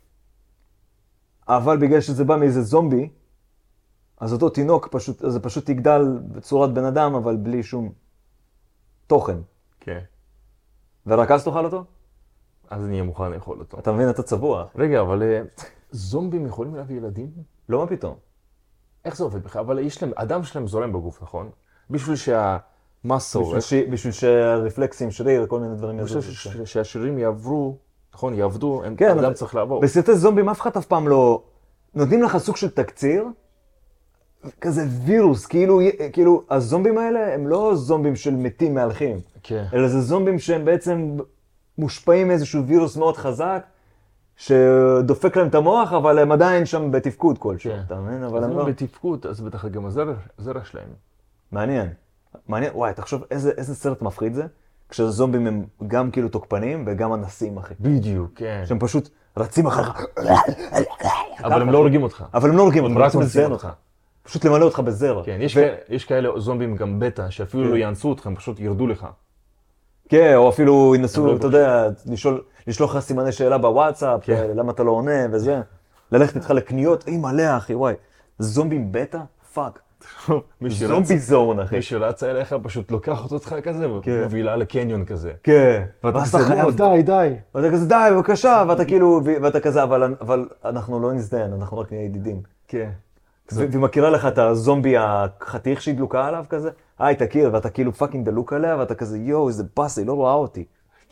אבל בגלל שזה בא מאיזה זומבי, אז אותו תינוק פשוט, זה פשוט יגדל בצורת בן אדם, אבל בלי שום תוכן. כן. ורק אז תאכל אותו? אז אני אהיה מוכן לאכול אותו. אתה מבין, אתה צבוע. רגע, אבל זומבים יכולים להביא ילדים? לא, מה פתאום? איך זה עובד בכלל? אבל יש להם, אדם שלהם זורם בגוף, נכון? בשביל שהמסור... בשביל, בשביל שהרפלקסים, שריר, כל מיני דברים... בשביל ש... שהשרירים יעברו, נכון, יעבדו, הם... כן, אדם צריך לעבור. בסרטי זומבים אף אחד אף פעם לא... נותנים לך סוג של תקציר, כזה וירוס, כאילו, כאילו, הזומבים האלה הם לא זומבים של מתים מהלכים, כן. אלא זה זומבים שהם בעצם מושפעים מאיזשהו וירוס מאוד חזק, שדופק להם את המוח, אבל הם עדיין שם בתפקוד כלשהו, אתה מבין? אבל הם לא... בתפקוד, אז בטח גם הזרע שלהם. מעניין. מעניין, וואי, תחשוב איזה, איזה סרט מפחיד זה, כשהזומבים הם גם כאילו תוקפנים וגם אנסים, אחי. בדיוק, כן. שהם פשוט רצים אחריך. אבל הם לא הורגים אותך. אבל הם לא הורגים אותך, הם רק מזיין אותך. פשוט למלא אותך בזרע. כן, יש, ו... כאלה, יש כאלה זומבים גם בטא, שאפילו כן. לא יאנסו אותך, הם פשוט ירדו לך. כן, או אפילו ינסו, אתה יודע, לשאול, לשלוח לך סימני שאלה בוואטסאפ, כן. למה אתה לא עונה וזה. ללכת איתך לקניות, אי מלא אחי, וואי. זומבים בטא? פאק. זומבי זון, אחי. מי שרצה אליך פשוט לוקח אותך כזה, ומובילה לקניון כזה. כן. ואתה כזה, די, די. ואתה כזה, די, בבקשה, ואתה כאילו, ואתה כזה, אבל אנחנו לא נזדיין, אנחנו רק נהיה ידידים. כן. ומכירה לך את הזומבי החתיך שהיא דלוקה עליו כזה? היי, תכיר, ואתה כאילו פאקינג דלוק עליה, ואתה כזה, יואו, איזה באס, היא לא רואה אותי.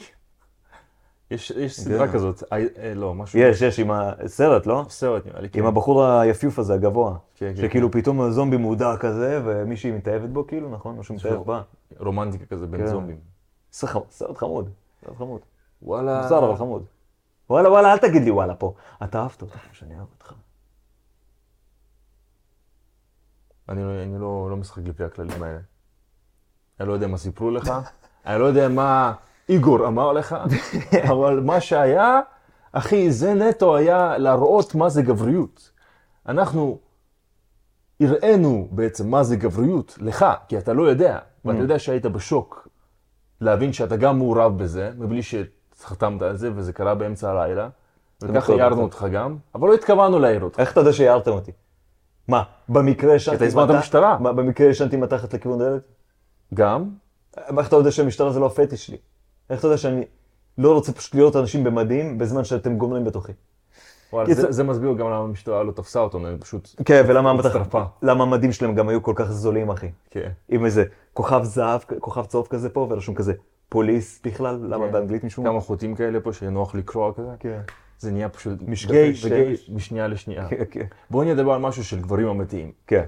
יש סדרה כזאת, לא, משהו... יש, יש, עם הסרט, לא? סרט, נראה לי. עם הבחור היפיוף הזה, הגבוה. שכאילו פתאום הזומבי מודע כזה, ומישהי מתאהבת בו, כאילו, נכון? או שמתאהב בה. רומנטיקה כזה בין זומבים. סרט חמוד, סרט חמוד. וואלה... מוזר, אבל חמוד. וואלה, וואלה, אל תגיד לי וואלה פה. אתה אהבת אותך, שאני אהב אותך. אני, אני לא, לא משחק לפי הכללים האלה. אני לא יודע מה סיפרו לך, אני לא יודע מה איגור אמר לך, אבל מה שהיה, אחי, זה נטו היה להראות מה זה גבריות. אנחנו הראינו בעצם מה זה גבריות לך, כי אתה לא יודע, ואתה יודע שהיית בשוק להבין שאתה גם מעורב בזה, מבלי שחתמת על זה, וזה קרה באמצע הלילה, וככה הערנו אותך גם, אבל לא התכוונו להעיר אותך. איך אתה יודע שהערתם אותי? מה, במקרה ישנתי... אתה הזמנת המשטרה. במקרה ישנתי מתחת לכיוון דלת? גם. איך אתה יודע שהמשטרה זה לא הפטיש שלי? איך אתה יודע שאני לא רוצה פשוט להיות אנשים במדים בזמן שאתם גומרים בתוכי? וואלה, זה, זה מסביר גם למה המשטרה לא תפסה אותו, אני פשוט... כן, ולמה הצטרפה. למה המדים שלהם גם היו כל כך זולים, אחי. כן. עם איזה כוכב זהב, כוכב צהוב כזה פה, ורשום כזה פוליס בכלל, למה באנגלית משום מה? כמה חוטים כאלה פה שנוח לקרוא כזה. כן. זה נהיה פשוט... משגי וגיי משנייה לשנייה. כן, כן. בואו נדבר על משהו של גברים אמיתיים. כן.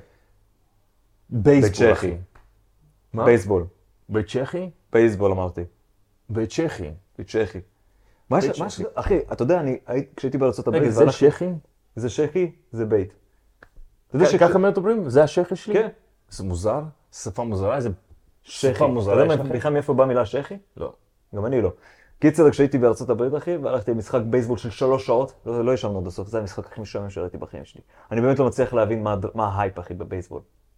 בייסבול, אחי. מה? בייסבול. בית צ'כי? בייסבול אמרתי. בית צ'כי. בית צ'כי. מה יש, מה יש, אחי, אתה יודע, אני, כשהייתי בארצות הברית... רגע, זה צ'כי? זה צ'כי, זה בית. ככה באמת אומרים? זה השכי שלי? כן. זה מוזר? שפה מוזרה? איזה שפה שפה מוזרה. אתה יודע בכלל מאיפה באה מילה שכי? לא. גם אני לא. קיצר, כשהייתי בארצות הברית, אחי, והלכתי למשחק בייסבול של שלוש שעות, לא, לא ישבנו עד הסוף, זה המשחק הכי משעמם שראיתי בחיים שלי. אני באמת לא מצליח להבין מה, מה ההייפ, אחי, בבייסבול.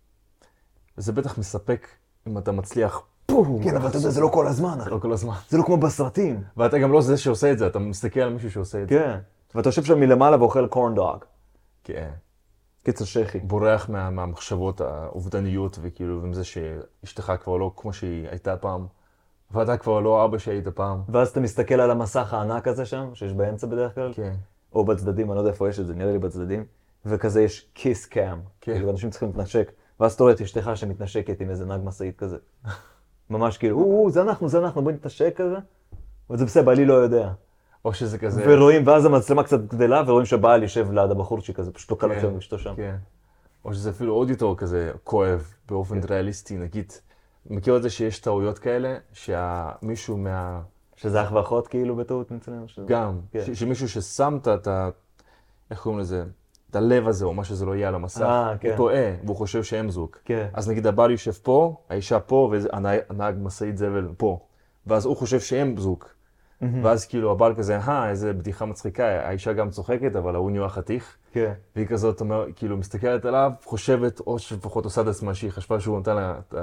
זה בטח מספק אם אתה מצליח. כן, אבל אתה יודע, זה לא כל הזמן, אחי. לא כל הזמן. זה לא כמו בסרטים. ואתה גם לא זה שעושה את זה, אתה מסתכל על מישהו שעושה את זה. כן. ואתה יושב שם מלמעלה ואוכל קורן דוג. כן. קיצר שכי. בורח מה, מהמחשבות האובדניות, וכאילו, עם זה שאשתך כבר לא כמו שהיא הייתה פעם, ואתה כבר לא אבא שהיית פעם. ואז אתה מסתכל על המסך הענק הזה שם, שיש באמצע בדרך כלל. כן. או בצדדים, אני לא יודע איפה יש את זה, נראה לי בצדדים. וכזה יש kiss cam. כן. כאילו, אנשים צריכים להתנשק. ואז אתה רואה את אשתך שמתנשקת עם איזה נהג משאית כזה. ממש כאילו, או, זה אנחנו, זה אנחנו, בואי נתנשק כזה. וזה בסדר, בעלי לא יודע. או שזה כזה... ורואים, ואז המצלמה קצת גדלה, ורואים שהבעל יושב ליד הבחורצ'יק כזה, פשוט לא קלט שם אשתו שם. כן. או שזה אפילו עוד יותר כזה כואב, באופן ריאליסטי, נגיד. מכיר את זה שיש טעויות כאלה, שמישהו מה... שזה אח ואחות כאילו בטעות מצלם? גם. שמישהו ששם את ה... איך קוראים לזה? את הלב הזה, או מה שזה לא יהיה על המסך. הוא טועה, והוא חושב שהם זוג. אז נגיד הבעל יושב פה, האישה פה, והנהג משאית זבל פה. ואז הוא חושב שהם זוג. ואז כאילו הבעל כזה, אה, איזה בדיחה מצחיקה, האישה גם צוחקת, אבל הוא נהיה חתיך. והיא כזאת, כאילו, מסתכלת עליו, חושבת, או שלפחות עושה את עצמה שהיא חשבה שהוא נותן לה את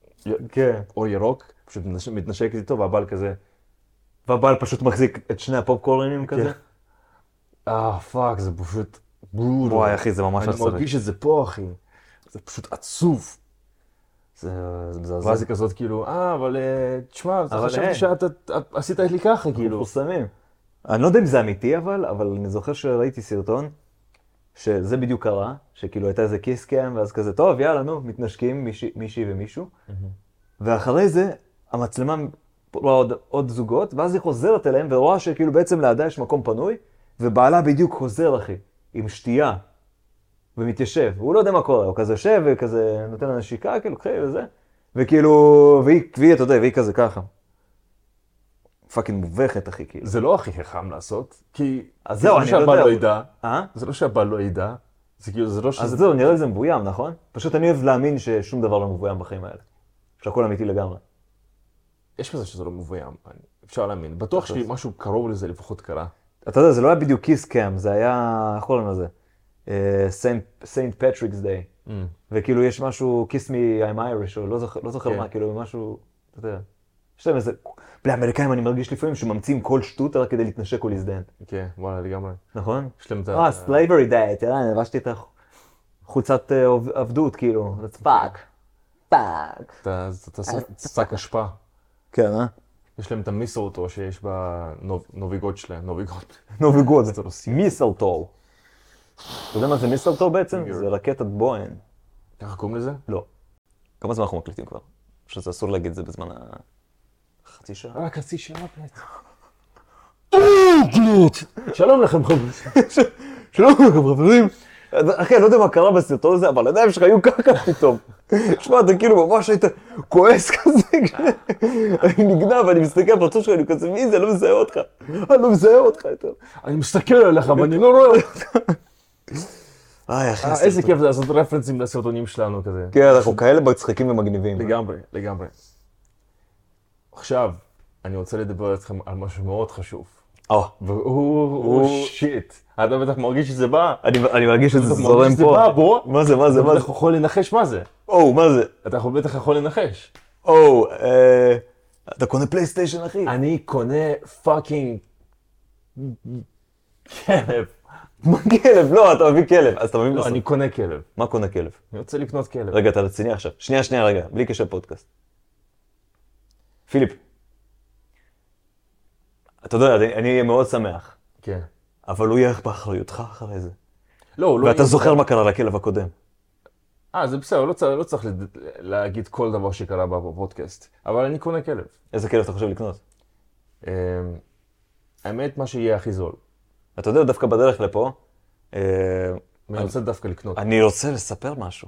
האור ירוק, פשוט מתנשקת איתו, והבעל כזה... והבעל פשוט מחזיק את שני הפופקורנים כזה? אה, פאק, זה פשוט ברוטל. וואי, אחי, זה ממש אני מרגיש את זה פה, אחי. זה פשוט עצוב. זה מזעזע. ואז היא כזאת כאילו, אה, אבל תשמע, חשבתי שאתה עשית לי ככה, כאילו. מפורסמים. אני לא יודע אם זה אמיתי, אבל, אבל אני זוכר שראיתי סרטון, שזה בדיוק קרה, שכאילו הייתה איזה קיס קאם, ואז כזה, טוב, יאללה, נו, מתנשקים מישהי ומישהו. ואחרי זה, המצלמה רואה עוד, עוד זוגות, ואז היא חוזרת אליהם, ורואה שכאילו בעצם לידה יש מקום פנוי, ובעלה בדיוק חוזר, אחי, עם שתייה, ומתיישב. הוא לא יודע מה קורה, הוא כזה יושב, וכזה נותן לה נשיקה, כאילו, קחי וזה, וכאילו, והיא, והיא, אתה יודע, והיא כזה ככה. פאקינג מובכת, אחי, כאילו. זה לא הכי חכם לעשות, כי... אז זהו, אני לא יודע. זה לא שהבעל לא ידע. אה? זה לא שהבעל לא ידע. זה כאילו, זה לא שזה... אז זהו, נראה לי זה מבוים, נכון? פשוט אני אוהב להאמין ששום דבר לא מבוים בחיים האלה. שהכל אמיתי לגמרי. יש מזה שזה לא מבוים, אפשר להאמין. בטוח שמשהו קרוב לזה לפחות קרה. אתה יודע, זה לא היה בדיוק קיס קאם, זה היה, איך קוראים לזה? סיינט פטריקס דיי. וכאילו יש משהו, kiss me I'm Irish, או לא זוכר מה, כאילו משהו, אתה יודע. יש להם איזה, בלי האמריקאים אני מרגיש לפעמים שממציאים כל שטות רק כדי להתנשק או להזדהן. כן, וואלה, לגמרי. נכון? יש להם את ה... אה, slavery day, תראה, אני לבשתי את החולצת עבדות, כאילו, that's fuck. fuck. אתה שק אשפה. כן, אה? יש להם את המיסלטו שיש בנוביגוד שלהם, נוביגוד. נוביגוד, מיסלטו. אתה יודע מה זה מיסלטו בעצם? זה רקטת בוהן. ככה קוראים לזה? לא. כמה זמן אנחנו מקליטים כבר? שזה אסור להגיד את זה בזמן החצי שעה? רק חצי שעה בטח. שלום לכם חברים. שלום לכם חברים. אחי, אני לא יודע מה קרה בסרטון הזה, אבל הידיים שלך היו ככה פתאום. תשמע, אתה כאילו ממש היית כועס כזה, אני נגנב, אני מסתכל על הפרצוף שלך, אני כזה, מי זה? אני לא מזהה אותך. אני לא מזהה אותך יותר. אני מסתכל עליך, אבל אני לא רואה אותך. איי, אחי, איזה כיף זה לעשות רפרנסים לסרטונים שלנו כזה. כן, אנחנו כאלה מצחיקים ומגניבים. לגמרי, לגמרי. עכשיו, אני רוצה לדבר איתכם על משהו מאוד חשוב. או. או, שיט. אתה בטח מרגיש שזה בא. אני מרגיש שזה זורם פה. בא, בוא. מה זה, מה זה, מה זה? אתה בטח יכול לנחש מה זה. או, מה זה? אתה בטח יכול לנחש. או, אתה קונה פלייסטיישן, אחי? אני קונה פאקינג... כלב. מה כלב? לא, אתה מביא כלב. אז אתה מביא... לא, אני קונה כלב. מה קונה כלב? אני רוצה לקנות כלב. רגע, אתה רציני עכשיו. שנייה, שנייה, רגע. בלי קשר פודקאסט. פיליפ. אתה יודע, אני אני אהיה מאוד שמח, כן. אבל הוא יהיה באחריותך אחרי זה. לא, הוא לא... ואתה יהיה- זוכר מה קרה לכלב הקודם. אה, זה בסדר, לא צריך, לא צריך לד- להגיד כל דבר שקרה בפודקאסט. אבל אני קונה כלב. איזה כלב אתה חושב לקנות? אמ, האמת, מה שיהיה הכי זול. אתה יודע, דווקא בדרך לפה, אה, אני רוצה דווקא לקנות. אני רוצה לספר משהו.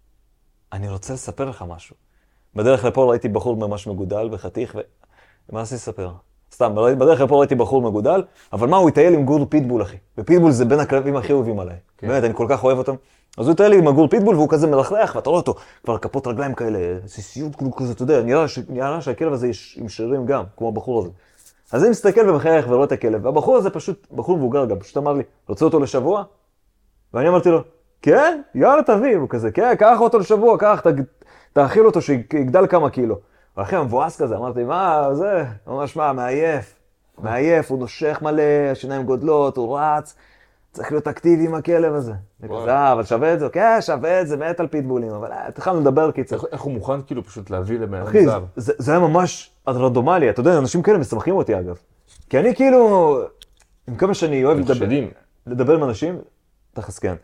אני רוצה לספר לך משהו. בדרך לפה ראיתי בחור ממש מגודל וחתיך, ו... מה עשיתי לספר? סתם, בדרך לפה ראיתי בחור מגודל, אבל מה, הוא יטייל עם גור פיטבול, אחי. ופיטבול זה בין הכלבים הכי אוהבים עליי. כן. באמת, אני כל כך אוהב אותם. אז הוא יטייל עם הגור פיטבול, והוא כזה מלכלך, ואתה רואה אותו, כבר כפות רגליים כאלה, סיסיות כזה, אתה יודע, נראה, ש... נראה שהכלב הזה יש עם שרירים גם, כמו הבחור הזה. אז אני מסתכל ומחייך ורואה את הכלב, והבחור הזה פשוט, בחור מבוגר גם, פשוט אמר לי, רוצה אותו לשבוע? ואני אמרתי לו, כן, יאללה תביא, הוא כזה, כן, קח אותו לשבוע, קח, ת... תאכיל אותו שיגדל כמה קילו. ואחי המבואס כזה, אמרתי, מה, זה, ממש מה, מעייף, מעייף, הוא נושך מלא, השיניים גודלות, הוא רץ, צריך להיות אקטיבי עם הכלב הזה. וכזה, אה, אבל שווה את זה, כן, שווה את זה, מת על פיטבולים, אבל התחלנו לדבר קיצר. איך- איך הוא מוכן כאילו פשוט להביא לבן אדם אחי, זר? זה, זה היה ממש רנדומלי, אתה יודע, אנשים כאלה משמחים אותי אגב. כי אני כאילו, עם כמה שאני אוהב לדבר, חושדים. לדבר עם אנשים, תכף כן.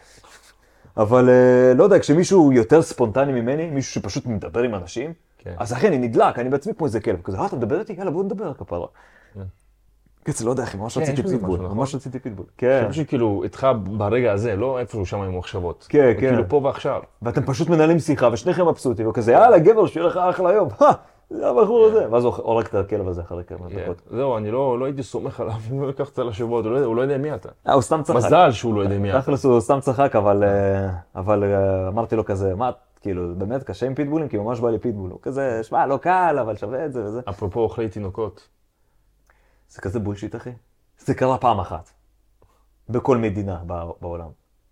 אבל אה, לא יודע, כשמישהו יותר ספונטני ממני, מישהו שפשוט מדבר עם אנשים, כן. אז אחי, אני נדלק, אני בעצמי כמו איזה כלב, כזה, אה, אתה מדבר איתי? יאללה, בוא נדבר כפרה. קיצר, לא יודע, אחי, ממש כן, רציתי יש בזה פיטבול, משהו, נכון? ממש רציתי פיטבול. כן. שפשוט כאילו איתך ברגע הזה, לא איפשהו שם עם מחשבות. כן, הוא כן. כאילו פה ועכשיו. ואתם פשוט מנהלים שיחה, ושניכם מבסוטים, וכזה, יאללה, גבר, שיהיה לך אחלה יום, אה, זה הבחור הזה. ואז הוא הורג את הכלב הזה אחרי כמה כן. דקות. זהו, אני לא לא הייתי סומך עליו, אם לא לקחת לשבועות, הוא לא- הוא לא יודע מי אתה. אה, הוא סתם צחק. מזל שהוא לא יודע מי אתה. תכלס הוא סתם צחק, אבל, אה, אבל אה, אמרתי לו כזה, מה, כאילו, באמת קשה עם פיטבולים? כי ממש בא לי פיטבול. הוא כזה, שמע, לא קל, אבל שווה את זה וזה. אפרופו אוכלי תינוקות. זה כזה בולשיט, אחי. זה קרה פעם אחת. בכל מדינה בע- בעולם.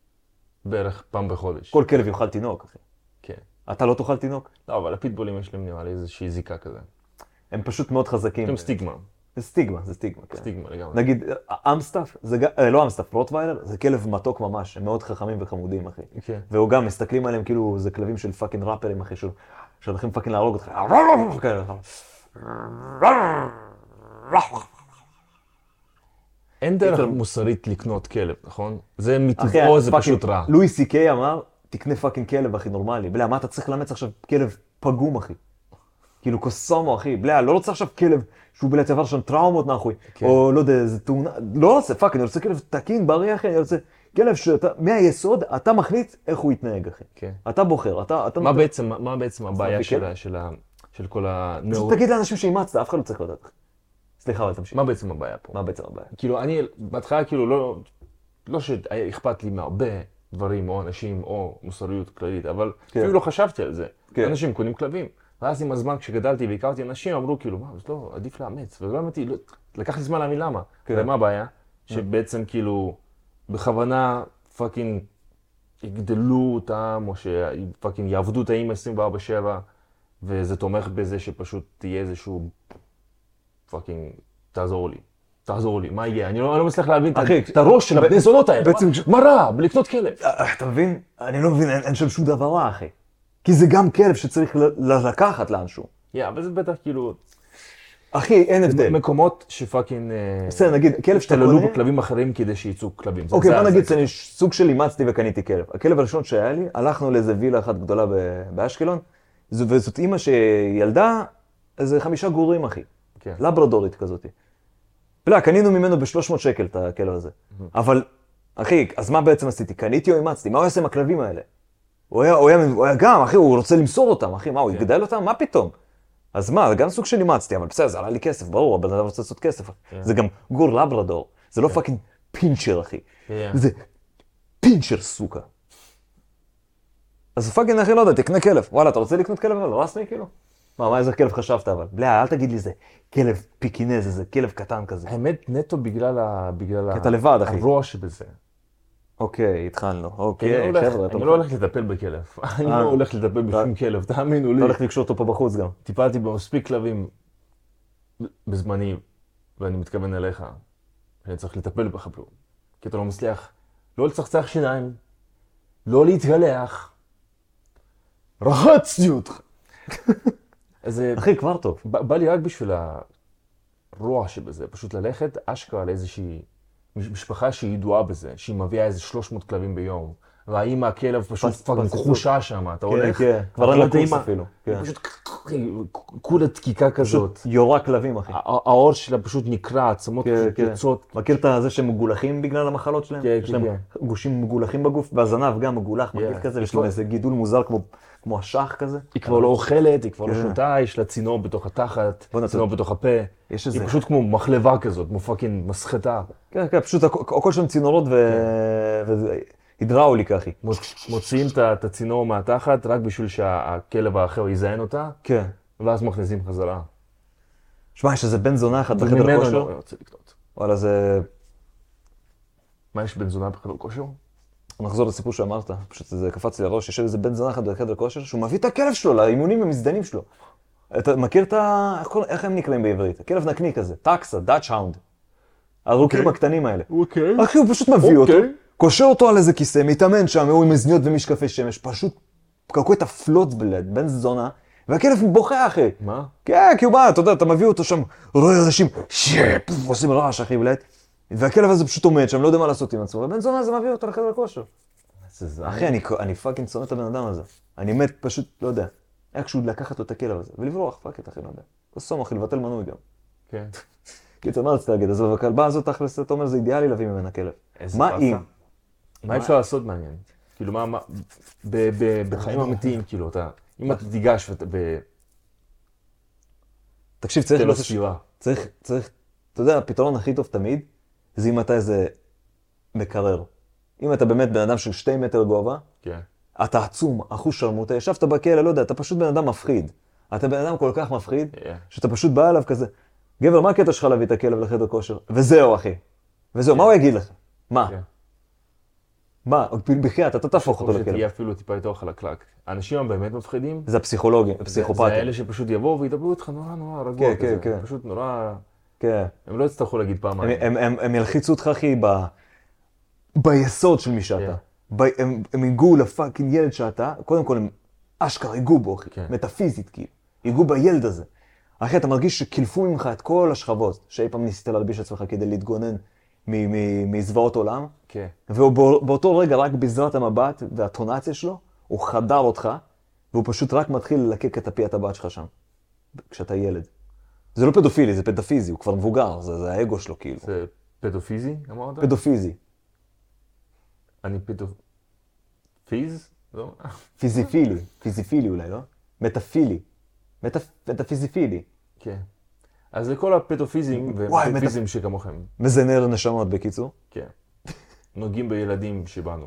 בערך פעם בחודש. כל כלב יאכל תינוק, אחי. כן. אתה לא תאכל תינוק? לא, אבל הפיטבולים יש להם נראה לי איזושהי זיקה כזה. הם פשוט מאוד חזקים. יש להם סטיגמה. זה סטיגמה, זה סטיגמה, כן. סטיגמה לגמרי. נגיד, אמסטף, זה ג- אה, לא אמסטף, רוטוויילר, זה כלב מתוק ממש, הם מאוד חכמים וחמודים, אחי. כן. והוא גם, מסתכלים עליהם כאילו זה כלבים של פאקינג ראפרים, אחי, של- שהולכים פאקינג להרוג אותך. כאלה. אין דרך קיצר- מוסרית לקנות כלב, נכון? זה אחי, מטבעו, זה פאקינג- פשוט רע. לואי סי קיי אמר, תקנה פאקינג כלב, אחי, נורמלי. בלה, מה אתה צריך לאמץ עכשיו כלב פגום, אחי? כאילו קוסומו, אחי. בלה, לא רוצה עכשיו כלב שהוא בלה צבר שם טראומות, נחוי. כן. או לא יודע, איזה תאונה. לא רוצה, פאק, אני רוצה כלב תקין, בריא, אחי, אני רוצה כלב שאתה, מהיסוד, אתה מחליט איך הוא יתנהג, אחי. כן. אתה בוחר, אתה... אתה מה נותן- בעצם, מה בעצם הבעיה בכלב? של ה- של ה- של כל הנאור... פשוט תגיד לאנשים שאימצת, אף אחד לא צריך לדעת. סליחה, אבל תמשיך. מה בעצם הבעיה פה? מה בעצם הבעיה? כאילו, אני בהתחלה כאילו לא... לא שהיה אכפת לי מהרבה דברים, או אנשים, או מוסריות כללית, אבל כן. אפילו לא חשבתי על זה. כן. אנשים קונים כלבים. ואז עם הזמן, כשגדלתי והכרתי אנשים, אמרו כאילו, מה, זה לא, עדיף לאמץ. ולא אמרתי, לא, לקח לי זמן להבין למה. כן. ומה הבעיה? שבעצם כאילו, בכוונה פאקינג יגדלו אותם, או שפאקינג יעבדו את האמא עשרים וארבע שבע, וזה תומך בזה שפשוט תהיה איזשהו פאקינג, תעזור לי. תעזור לי, מה יהיה? אני לא, אני לא מצליח להבין את ה- אחי, את הראש של הבני זונות האלה. בעצם- מה מה רע? בלקנות כלב. אה, אתה מבין? אני לא מבין, אין, אין שם שום דבר רע, אחי. כי זה גם כלב שצריך ל- ל- לקחת לאנשהו. יא, אבל זה בטח כאילו... אחי, אין הבדל. מקומות שפאקינג... אה, בסדר, נגיד, כלב שאתה השתוללו קונה... בכלבים אחרים כדי שיצאו כלבים. זה- אוקיי, זה- בוא זה- נגיד שאני סוג של אימצתי וקניתי כלב. הכלב הראשון שהיה לי, הלכנו לאיזה וילה אחת גדולה ב- באשקלון, זו- וזאת אימא שילדה איזה חמישה גורים, אחי. כן. לברדורית כזאת. לא, קנינו ממנו ב-שלוש מאות שקל את הכלב הזה. אבל, אחי, אז מה בעצם עשיתי? קניתי או אימצתי? מה הוא יעשה עם הכלבים האלה? הוא היה, הוא היה, הוא היה גם, אחי, הוא רוצה למסור אותם, אחי, מה, הוא יגדל אותם? מה פתאום? אז מה, זה גם סוג של אימצתי, אבל בסדר, זה עלה לי כסף, ברור, הבן אדם רוצה לעשות כסף. זה גם גור לברדור, זה לא פאקינג פינצ'ר, אחי. כן. זה פינצ'ר סוכה. אז פאקינג, אחי, לא יודע, תקנה כלב. וואלה, אתה רוצה לקנות כלב? אבל רסמי, כאילו? מה, מה איזה כלב חשבת, אבל? בלה, אל תגיד לי זה כלב פיקינז, איזה כלב קטן כזה. האמת נטו בגלל ה... בגלל כי אתה לבד, אחי. הרוע שבזה. אוקיי, התחלנו. אני אוקיי, לא הולך- חבר'ה, אתה אני לא הולך לטפל בכלב. אני לא הולך לטפל בשום כלב, תאמינו לי. אתה הולך לקשור אותו פה בחוץ גם. טיפלתי במספיק כלבים בזמני, ואני מתכוון אליך, שאני צריך לטפל בך פה. כי אתה לא מצליח לא לצחצח שיניים, לא להתגלח. רחצתי אותך. אז זה- אחי, כבר טוב. בא בא לי רק בשביל ה... הרוע שבזה, פשוט ללכת אשכרה לאיזושהי משפחה שהיא ידועה בזה, שהיא מביאה איזה שלוש מאות כלבים ביום. והאמא, הכלב פשוט פאקינג כחושה שם, אתה הולך? כן, כן, כבר אין לה קורס אפילו. פשוט כולה דקיקה כזאת. פשוט יורה כלבים, אחי. העור שלה פשוט נקרע, עצמות יוצאות. מכיר את זה שהם מגולחים בגלל המחלות שלהם? כן, יש להם גושים מגולחים בגוף, והזנב גם מגולח, מגעיל כזה, ויש לו איזה גידול מוזר כמו השח כזה. היא כבר לא אוכלת, היא כבר לא שותה, יש לה צינור בתוך התחת, צינור בתוך הפה. היא פשוט כמו מחלבה כזאת, כמו פאקינג מסחטה. כן, כן, פשוט הכל שם צינורות והידראוליקה, אחי. מוציאים את הצינור מהתחת רק בשביל שהכלב האחר יזיין אותה, כן. ואז מכניסים חזרה. שמע, יש איזה בן זונה אחד בחדר וממנו כושר. אני לא רוצה לקנות. וואלה, זה... מה יש בן זונה בחדר כושר? נחזור לסיפור שאמרת, פשוט זה קפץ לי לראש, יושב איזה בן זונה אחד בחדר כושר, שהוא מביא את הכלב שלו לאימונים המזדנים שלו. אתה מכיר את ה... איך הם נקראים בעברית? הכלב נקני כזה, טקסה, דאץ' האונד. הרוקים הקטנים האלה. אוקיי. אחי, הוא פשוט מביא אותו, קושר אותו על איזה כיסא, מתאמן שם, הוא עם אזניות ומשקפי שמש, פשוט קרקו את הפלוץ בלד, בן זונה, והכלב בוכה, אחי. מה? כן, כי הוא בא, אתה יודע, אתה מביא אותו שם, רואה אנשים, שיפ, עושים רעש, אחי, בלד. והכלב הזה פשוט עומד שם, לא יודע מה לעשות עם עצמו, ובן זונה הזה מביא אותו לחדר כושר. אחי, אני, אני פאקינג שונא את הבן אדם הזה. אני מת פשוט, לא יודע, איכשהו לקחת לו את הכלב הזה, ולברוח, פאקינג, אחי, לא יודע. לא סום, אחי, לבטל מנוי גם. כן. קיצור, מה רציתי להגיד? אז הכלבה הזאת, תכלס, אתה אומר, זה אידיאלי להביא ממנה כלב. מה אם? מה אפשר לעשות מעניין? כאילו, מה, בחיים אמיתיים, כאילו, אתה, אם אתה תיגש ואתה ב... תקשיב, צריך... תלו סביבה. צריך, צריך, אתה יודע, הפתרון הכי טוב תמיד, זה אם אתה איזה מקרר. אם אתה באמת בן אדם של שתי מטר גובה, כן. אתה עצום, אחוז שרמוטה, ישבת בכלא, לא יודע, אתה פשוט בן אדם מפחיד. אתה בן אדם כל כך מפחיד, שאתה פשוט בא אליו כזה, גבר, מה הקטע שלך להביא את הכלב לחדר כושר? וזהו, אחי. וזהו, מה הוא יגיד לך? מה? מה? בחייאת, אתה תהפוך אותו לכלב. שתהיה אפילו טיפה יותר חלקלק. האנשים הם באמת מפחידים. זה הפסיכולוגים, הפסיכופטים. זה האלה שפשוט יבואו וידברו איתך נורא נורא רגוע כזה. פשוט נורא... כן. הם לא יצטרכו להגיד פעמיים. הם ילחיצו אותך, אחי, ביסוד של מי שאתה. הם ייגעו לפאקינג ילד שאתה, קודם כל הם אשכרה ייגעו בו, אחי. מטאפיזית, כאילו. ייגעו בילד הזה. אחי, אתה מרגיש שקילפו ממך את כל השכבות, שאי פעם ניסית להלביש עצמך כדי להתגונן מזוועות עולם. כן. ובאותו רגע, רק בעזרת המבט והטונציה שלו, הוא חדר אותך, והוא פשוט רק מתחיל ללקק את הפי הטבעת שלך שם, כשאתה ילד. זה לא פדופילי, זה פדופיזי, הוא כבר מבוגר, זה, זה האגו שלו כאילו. זה פדופיזי, אמרת? פדופיזי. אני פדופ... פיז? לא? פיזיפילי, פיזיפילי אולי, לא? מטאפילי. מטאפ... מטאפיזיפילי. כן. אז לכל הפדופיזים ומטאפיזים מטפ... שכמוכם. מזנר נשמות בקיצור. כן. נוגעים בילדים שבאנו.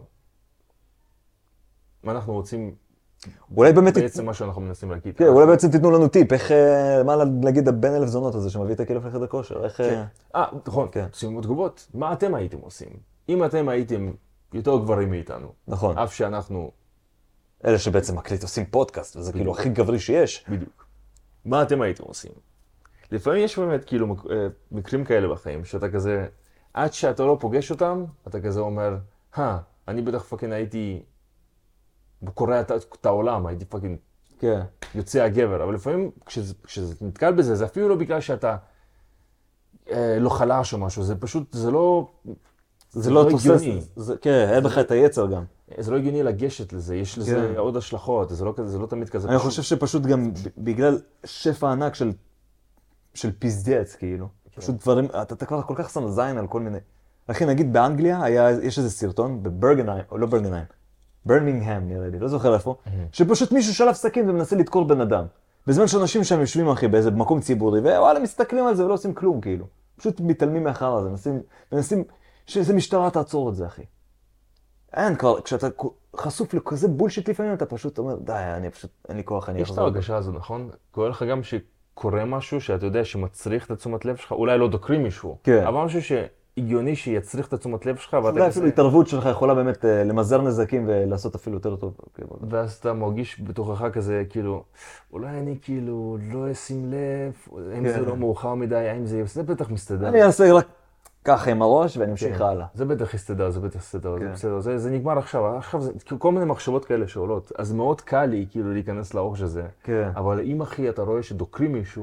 מה אנחנו רוצים... אולי באמת... בעצם מה שאנחנו מנסים להגיד. כן, אולי בעצם תיתנו לנו טיפ, איך... מה להגיד הבן אלף זונות הזה שמביא את הכלב לחדר כושר, איך... אה, נכון, שימו תגובות. מה אתם הייתם עושים? אם אתם הייתם יותר גברים מאיתנו. נכון. אף שאנחנו... אלה שבעצם מקליט עושים פודקאסט, וזה כאילו הכי גברי שיש. בדיוק. מה אתם הייתם עושים? לפעמים יש באמת כאילו מקרים כאלה בחיים, שאתה כזה... עד שאתה לא פוגש אותם, אתה כזה אומר, אה, אני בטח פאקינג הייתי... קורא את העולם, הייתי פאקינג כן. יוצא הגבר, אבל לפעמים כשזה, כשזה נתקל בזה, זה אפילו לא בגלל שאתה אה, לא חלש או משהו, זה פשוט, זה לא, זה, זה לא, לא הגיוני. זה, כן, אין לך את היצר גם. זה לא הגיוני לגשת לזה, יש לזה כן. עוד השלכות, זה לא, זה לא תמיד כזה אני פשוט. חושב שפשוט גם בגלל שפע ענק של, של פזדץ, כאילו. כן. פשוט דברים, אתה, אתה כבר כל כך שם זין על כל מיני. אחי, נגיד באנגליה היה, יש איזה סרטון בברגנהיים, או לא ברגנהיים. ברמינגהם נראה לי, לא זוכר איפה, שפשוט מישהו שלף סכין ומנסה לדקור בן אדם. בזמן שאנשים שם יושבים אחי באיזה מקום ציבורי, ווואלה מסתכלים על זה ולא עושים כלום כאילו. פשוט מתעלמים מאחר הזה, מנסים, מנסים שאיזה משטרה תעצור את זה אחי. אין כבר, כשאתה חשוף לכזה בולשיט לפעמים, אתה פשוט אומר, די, אני פשוט, אין לי כוח, אני אחזור. יש את ההרגשה הזו, נכון? קורה לך גם שקורה משהו שאתה יודע שמצריך את התשומת לב שלך, אולי לא דוקרים מישהו, כן. אבל משהו ש... הגיוני שיצריך את התשומת לב שלך, ואתה אפילו התערבות שלך יכולה באמת למזער נזקים ולעשות אפילו יותר טוב. ואז אתה מרגיש בתוכך כזה, כאילו, אולי אני כאילו לא אשים לב, אם זה לא מאוחר מדי, האם זה... זה בטח מסתדר. אני אעשה רק ככה עם הראש ואני אמשיך הלאה. זה בטח יסתדר, זה בטח יסתדר, זה בסדר. זה נגמר עכשיו, עכשיו זה כל מיני מחשבות כאלה שעולות, אז מאוד קל לי כאילו להיכנס לאור שזה. אבל אם אחי אתה רואה שדוקרים מישהו,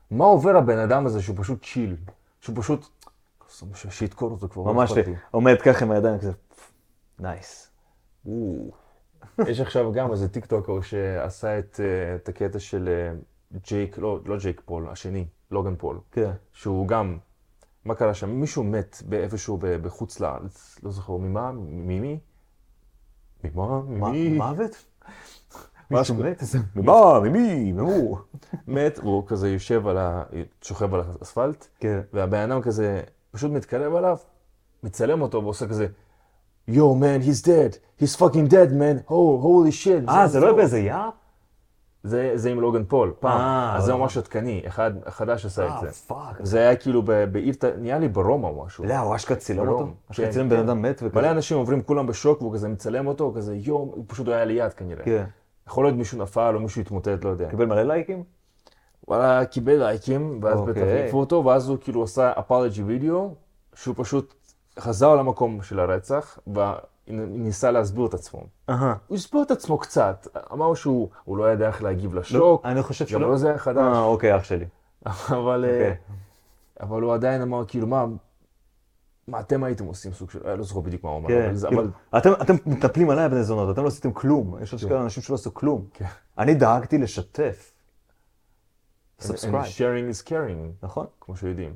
מה עובר הבן אדם הזה שהוא פשוט צ'יל, שהוא פשוט, שיתקור אותו כבר. ממש עומד ככה עם הידיים כזה, נייס. יש עכשיו גם איזה טיקטוקר שעשה את, את הקטע של ג'ייק, לא, לא ג'ייק פול, השני, לוגן פול. כן. שהוא גם, מה קרה שם? מישהו מת באיפשהו בחוץ לארץ, לא זוכר, ממה? ממי? ממה? ממי? מוות? מישהו מת? ממה? ממי? ממו? מת, והוא כזה יושב על ה... שוכב על האספלט, כן. והבן אדם כזה פשוט מתקרב עליו, מצלם אותו ועושה כזה, Yo man, he's dead, he's fucking dead man, oh, holy shit. אה, זה לא באיזה יער? זה, זה עם לוגן פול, פעם. אה, אז זה ממש עדכני, אחד חדש עשה את זה. אה, פאק. זה היה כאילו בעיר, נהיה לי ברומא או משהו. לא, הוא אשכרה צילם ברום. אותו? אשכרה כן, צילם כן. בן אדם מת וכזה. מלא אנשים עוברים כולם בשוק והוא כזה מצלם אותו, כזה יום, הוא פשוט היה ליד כנראה. כן. יכול להיות מישהו נפל או מישהו התמוטט, לא יודע. קיבל מלא לייקים? וואלה, קיבל לייקים, ואז אוקיי. בטח העיפו אותו, ואז הוא כאילו עשה אפולוגי וידאו, שהוא פשוט חזר למקום של הרצח, וניסה להסביר את עצמו. אהה. הוא הסביר את עצמו קצת, אמר שהוא הוא לא ידע איך להגיב לשוק, אני חושב גם שלא. לא זה היה חדש, אה, אוקיי, אח שלי. אבל, אוקיי. אבל הוא עדיין אמר כאילו מה, מה אתם הייתם עושים סוג של, אני לא זוכר בדיוק מה הוא אמר, כן, אבל זה- כאילו, אבל אתם אתם מטפלים עליי בני זונות, אתם לא עשיתם כלום. יש עוד כאלה אנשים שלא עשו כלום. כן. אני דאגתי לשתף. and סאבסקרייב. sharing is caring, נכון? כמו שיודעים.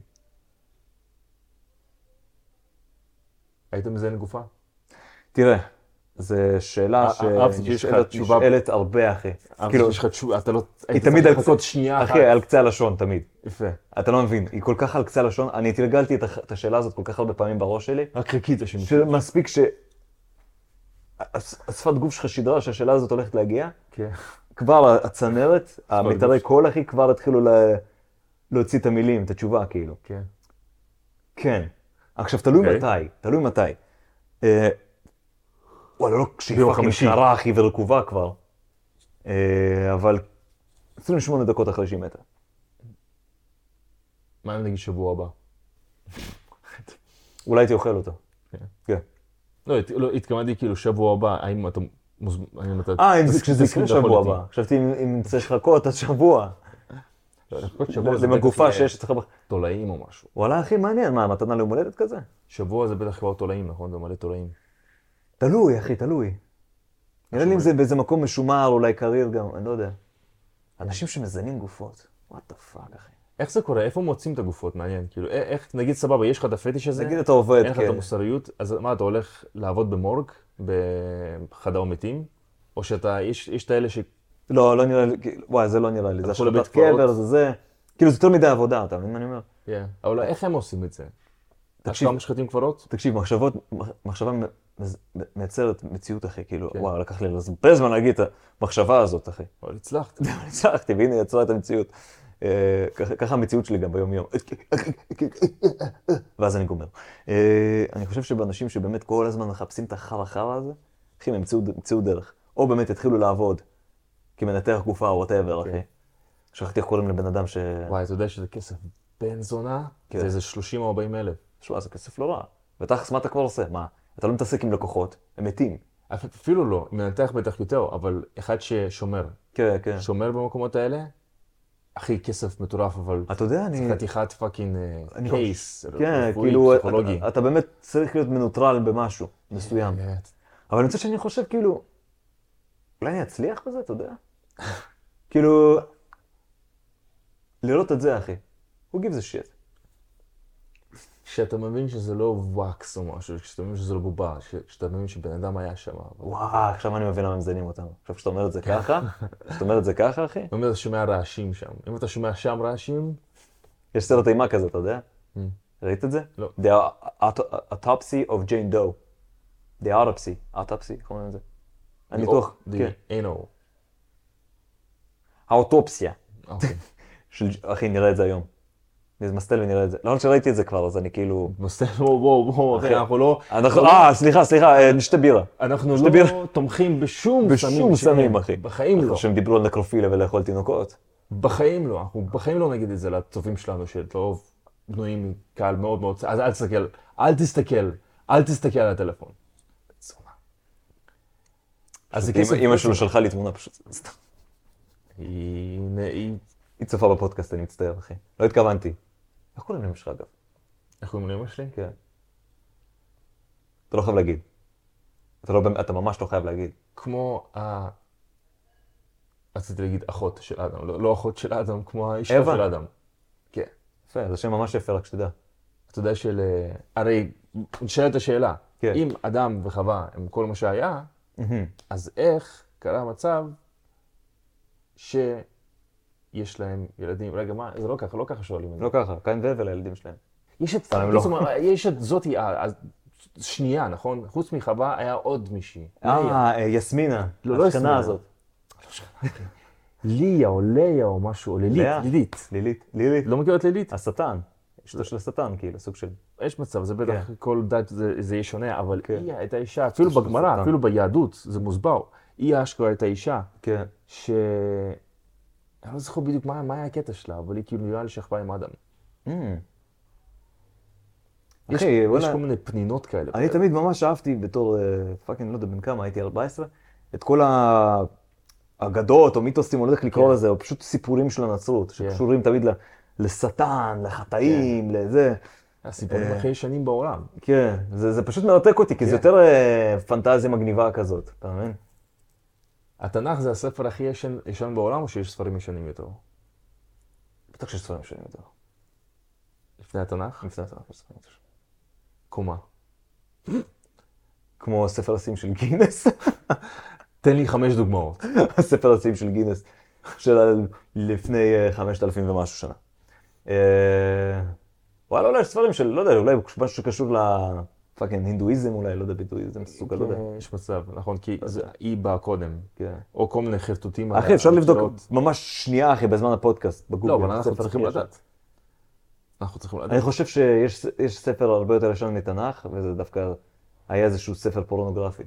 הייתם מזיין גופה? תראה, זו שאלה אהבתי שיש לך תשובה- שנשאלת הרבה, אחי. כאילו, יש לך תשובה, אתה לא, היא תמיד על לחכות שנייה אחת. אחי, על קצה הלשון, תמיד. יפה. אתה לא מבין, היא כל כך על קצה הלשון, אני התגלגלתי את הח- את השאלה הזאת כל כך הרבה פעמים בראש שלי, רק חיכית שמישהו. שמספיק ש... הש- השפת גוף שלך שידרה שהשאלה הזאת הולכת להגיע, כן. כבר הצנרת, המיתרי גוף. קול, אחי, כבר התחילו ל- להוציא את המילים, את התשובה, כאילו. כן. כן. עכשיו, תלוי אוקיי. מתי, תלוי מתי. אה, וואלה, לא כשהיא ביום פאקינג חמישי. קרה, אחי, ורקובה כבר. אה, אבל עשרים ושמונה דקות אחרי שהיא מתה. מה אם נגיד שבוע הבא? אולי הייתי אוכל אותה. כן. כן. לא, הת- לא, התכוונתי כאילו שבוע הבא, האם אתה מוזמן, האם אתה... אה, אם זה- תסכים- כשזה תסכים יקרה לאכול שבוע איתי. הבא. חשבתי אם- אם צריך לחכות עד שבוע. לא, לחכות שבוע זה עם הגופה בטח שיש אצלך. ב- תולעים או משהו. וואלה, אחי, מעניין. מה, מתנה ליום הולדת כזה? שבוע זה בטח כבר תולעים, נכון? זה מלא תולעים. תלוי, אחי, תלוי. נראה לי אם זה באיזה מקום משומר, אולי קריר גם, אני לא יודע. אנשים שמזיינים גופות. what the fuck, אחי. איך זה קורה? איפה מוצאים את הגופות? מעניין. כאילו, א- איך, נגיד סבבה, יש לך את הפטיש הזה? נגיד אתה עובד, אין לך את כן. המוסריות, אז מה, אתה הולך לעבוד במורג, בחדר מתים? או שאתה, יש, יש את האלה ש... לא, לא נראה לי, כאילו, וואי, זה לא נראה לי. זה הלכו השחטת לבית קברות. קבר, זה זה. כאילו, זה יותר מדי עבודה, אתה מבין מה אני אומר? כן. אבל איך הם עושים את זה? תקשיב. אשכרה משחטים קברות? תקשיב, מחשבות, מחשבה מ- מייצרת מציאות, אחי, כאילו, כן. וואו, לקח לי הרבה זמן להגיד את המחשבה הזאת, אחי. אבל הצלחת. הצלחתי, והנה יצרה את המציאות. אה, ככה- ככה המציאות שלי גם ביום יום. ואז אני גומר. אה, אני חושב שבאנשים שבאמת כל הזמן מחפשים את החרא חרא הזה, אחי, הם ימצאו ימצאו דרך. או באמת יתחילו לעבוד כמנתח גופה או whatever, אחי. שכחתי איך קוראים לבן אדם ש... וואי, אתה יודע שזה כסף בן זונה? כן. זה איזה שלושים או ארבעים אלף. שמע, זה כסף לא רע. ותכלס, מה אתה כבר עושה? מה? אתה לא מתעסק עם לקוחות, הם מתים. אפילו לא, מנתח בטח יותר, אבל אחד ששומר. כן, כן. שומר במקומות האלה, הכי כסף מטורף, אבל אתה יודע, זה אני... חתיכת פאקינג אני קייס, כן, רפואי, כאילו, פסיכולוגי. אתה, אתה באמת צריך להיות מנוטרל במשהו מסוים. באמת. אבל אני רוצה שאני חושב, כאילו, אולי אני אצליח בזה, אתה יודע? כאילו, לראות את זה, אחי. Who gives a shit? כשאתה מבין שזה לא וואקס או משהו, כשאתה מבין שזה לא בובה, כשאתה מבין שבן אדם היה שם. אבל- וואו, עכשיו אני מבין למה הם מזיינים אותנו. עכשיו כשאתה אומר את זה ככה, כשאתה אומר את זה ככה, אחי, אם אתה שומע רעשים שם, אם אתה שומע שם רעשים, יש סרט אימה כזה, אתה יודע? ראית את זה? לא. The Auto- Autopsy of Jane Doe. The Autopsy. Autopsy, איך אומרים את זה? הניתוח, כן. the anal. האוטופסיה. אוקיי. של, אחי, נראה את זה היום. אני מסתל ונראה את זה. לא שראיתי את זה כבר, אז אני כאילו... מסתכל, בואו, בואו, בואו, אחי, אנחנו לא... אנחנו, אה, סליחה, סליחה, אה, נשתה בירה. אנחנו שתי בירה. לא תומכים בשום סמים. בשום שאין. סמים, אחי. בחיים לא. שהם דיברו על נקרופיליה ולאכול תינוקות. בחיים לא. אנחנו בחיים לא נגיד את זה לצופים שלנו, שלא בנויים מקהל מאוד מאוד... אז אל תסתכל, אל תסתכל, אל תסתכל על הטלפון. אז זה כסף... אמא שלו שלחה לי תמונה פשוט. היא... היא... היא צופה בפודקאסט, אני מצטער, אחי. לא התכוונתי. איך קוראים לאמא שלך, אגב? איך קוראים לאמא שלי? כן. אתה לא חייב להגיד. אתה, לא, אתה ממש לא חייב להגיד. כמו ה... רציתי להגיד אחות של אדם, לא, לא אחות של אדם, כמו האשתו אווה. של אדם. כן. יפה, זה שם ממש יפה, רק שתדע. אתה יודע של... הרי, נשאלת השאלה, כן. אם אדם וחווה הם כל מה שהיה, מהמם. אז איך קרה מצב שיש להם ילדים? רגע, מה? זה לא ככה, לא ככה שואלים את זה. לא ככה, קין והבל הילדים שלהם. יש את... אבל הם לא. זאת אומרת, יש את זאתי, ה- ה- שנייה, נכון? חוץ מחווה היה עוד מישהי. ליה. אה, אה, יסמינה. לא, לא השכנה יסמינה. הזאת. ליה או ליה או משהו, או לילית, ליה? לילית. לילית. לילית. לא מכיר את לילית? השטן. אשתו של השטן, כאילו, סוג של... יש מצב, זה בטח כל דת זה, זה יהיה שונה, אבל כן. היא הייתה אישה, אפילו של בגמרא, השטן. אפילו ביהדות, זה מוסבר. היא אשכרה הייתה אישה, כן. ש... אני לא זוכר בדיוק מה, מה היה הקטע שלה, אבל היא כאילו נראה לי שכבה עם אדם. יש, אחי, יש וואלה, כל מיני פנינות כאלה. אני תמיד ממש אהבתי בתור פאקינג, לא יודע בן כמה, הייתי ארבע עשרה, את כל ה- אגדות או מיתוסים, או לא יודע איך לקרוא כן. לזה, או פשוט סיפורים של הנצרות, כן. שקשורים תמיד ל- לשטן, לחטאים, לזה. הסיפורים אה. הכי ישנים בעולם. כן, זה זה פשוט מרתק אותי, כי זה כן. יותר אה, פנטזיה מגניבה כזאת, אתה מבין? התנ"ך זה הספר הכי ישן, ישן בעולם, או שיש ספרים ישנים יותר? בטח שיש ספרים שונים יותר. לפני התנ"ך? לפני התנ"ך יש ספרים יותר. קומה. כמו ספר השיאים של גינס. תן לי חמש דוגמאות. הספר השיאים של גינס, של לפני אה, חמשת אלפים ומשהו שנה. אה, וואלה, אולי יש ספרים של, לא יודע, אולי משהו שקשור לפאקינג הינדואיזם, אולי, לא יודע, ביטואיזם, סוג, לא יודע. כן, יש מצב, נכון, כי זה- היא באה קודם. כן. או כל מיני חרטוטים. אחי, על אפשר לבדוק השאלות. ממש שנייה, אחי, בזמן הפודקאסט, בגוגל. לא, אבל אנחנו ספר צריכים הכי ישן. לדעת. אנחנו צריכים לדעת. אני חושב שיש יש ספר הרבה יותר ישן מתנ"ך, וזה דווקא היה איזשהו ספר פורנוגרפי.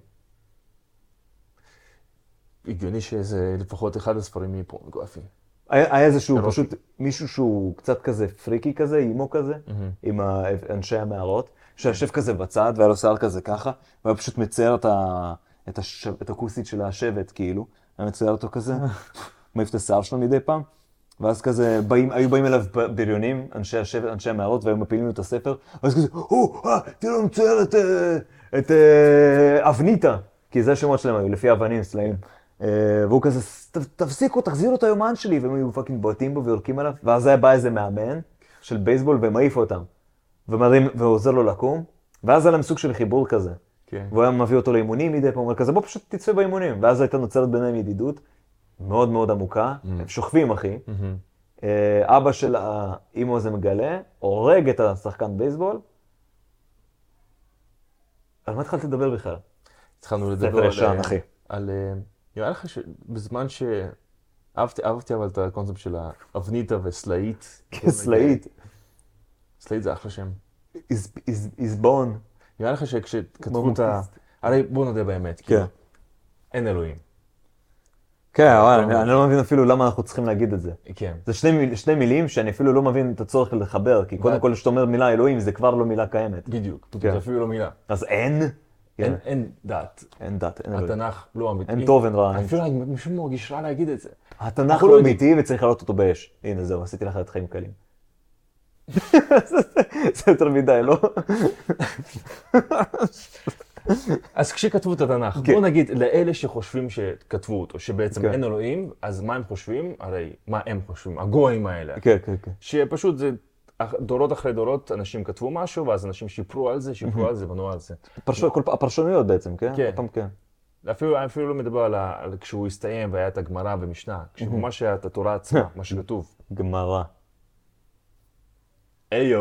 הגיוני שזה לפחות אחד הספרים יהיה פורנוגרפי. היה, היה איזשהו אירוטי. פשוט מישהו שהוא קצת כזה פריקי כזה, אימו כזה, עם ה- אנשי המערות, שיושב כזה בצד והיה לו שיער כזה ככה, והיה פשוט מצייר את, ה, את, הש, את הכוסית של השבט כאילו, היה מצייר אותו כזה, מעיף את השיער שלו מדי פעם, ואז כזה באים, היו באים אליו ב- בריונים, אנשי השבט, אנשי המערות, והיו מפילים לו את הספר, ואז כזה, או, אה, תראה לו מצייר את, אה, את אה, אבניתה, כי זה השמות שלהם היו, לפי אבנים, סלעים. אה, והוא כזה, "ת- תפסיקו, תחזירו את היומן שלי, והם היו פאקינג בועטים בו ויורקים עליו, ואז היה בא איזה מאמן של בייסבול ומעיף אותם, ומרים, ועוזר לו לקום, ואז היה להם סוג של חיבור כזה. כן. והוא היה מביא אותו לאימונים מדי פעם, הוא אומר כזה, בוא פשוט תצפה באימונים, ואז הייתה נוצרת ביניהם ידידות מאוד מאוד עמוקה, הם שוכבים אחי, אה, אבא של האימו הזה מגלה, הורג את השחקן בייסבול, על מה התחלתי לדבר בכלל? התחלנו ספר לדבר על... ישן, אחי. על... נראה לך שבזמן ש... אהבתי, אהבתי אבל את הקונספט של האבניתה וסלעית. סלעית. סלעית זה אחלה שם. איזבון. נראה לך שכשכתבו את ה... הרי בוא נודה באמת, כאילו, כן. אין אלוהים. כן, אבל אני אני לא מבין אפילו למה אנחנו צריכים להגיד את זה. כן. זה שני, מיל- שני מילים שאני אפילו לא מבין את הצורך לחבר, כי קודם כל כשאתה אומר מילה אלוהים זה כבר לא מילה קיימת. בדיוק, כן. זה אפילו לא מילה. אז אין? אין, אין דת. אין דת, אין אלוהים. התנ"ך לא אמיתי. אין טוב, אין רע. אין- אפילו אני משום מרגיש רע להגיד את זה. התנ"ך אנחנו לא לא אמיתי וצריך להעלות אותו באש. הנה זהו, עשיתי לך את חיים קלים. זה יותר מדי, לא? אז כשכתבו את התנ"ך, כן. בוא נגיד לאלה שחושבים שכתבו אותו, שבעצם כן. אין אלוהים, אז מה הם חושבים? הרי מה הם חושבים? הגויים האלה. כן, כן, כן. שפשוט זה דורות אחרי דורות אנשים כתבו משהו, ואז אנשים שיפרו על זה, שיפרו על זה, בנו על זה. פרש- כל פעם- הפרשנויות בעצם, כן? כן. כל פעם כן. אפילו, אפילו לא מדבר על, ה- על כשהוא הסתיים והיה את הגמרא ומשנה, כשממש היה את התורה עצמה, מה שכתוב. גמרא. היו.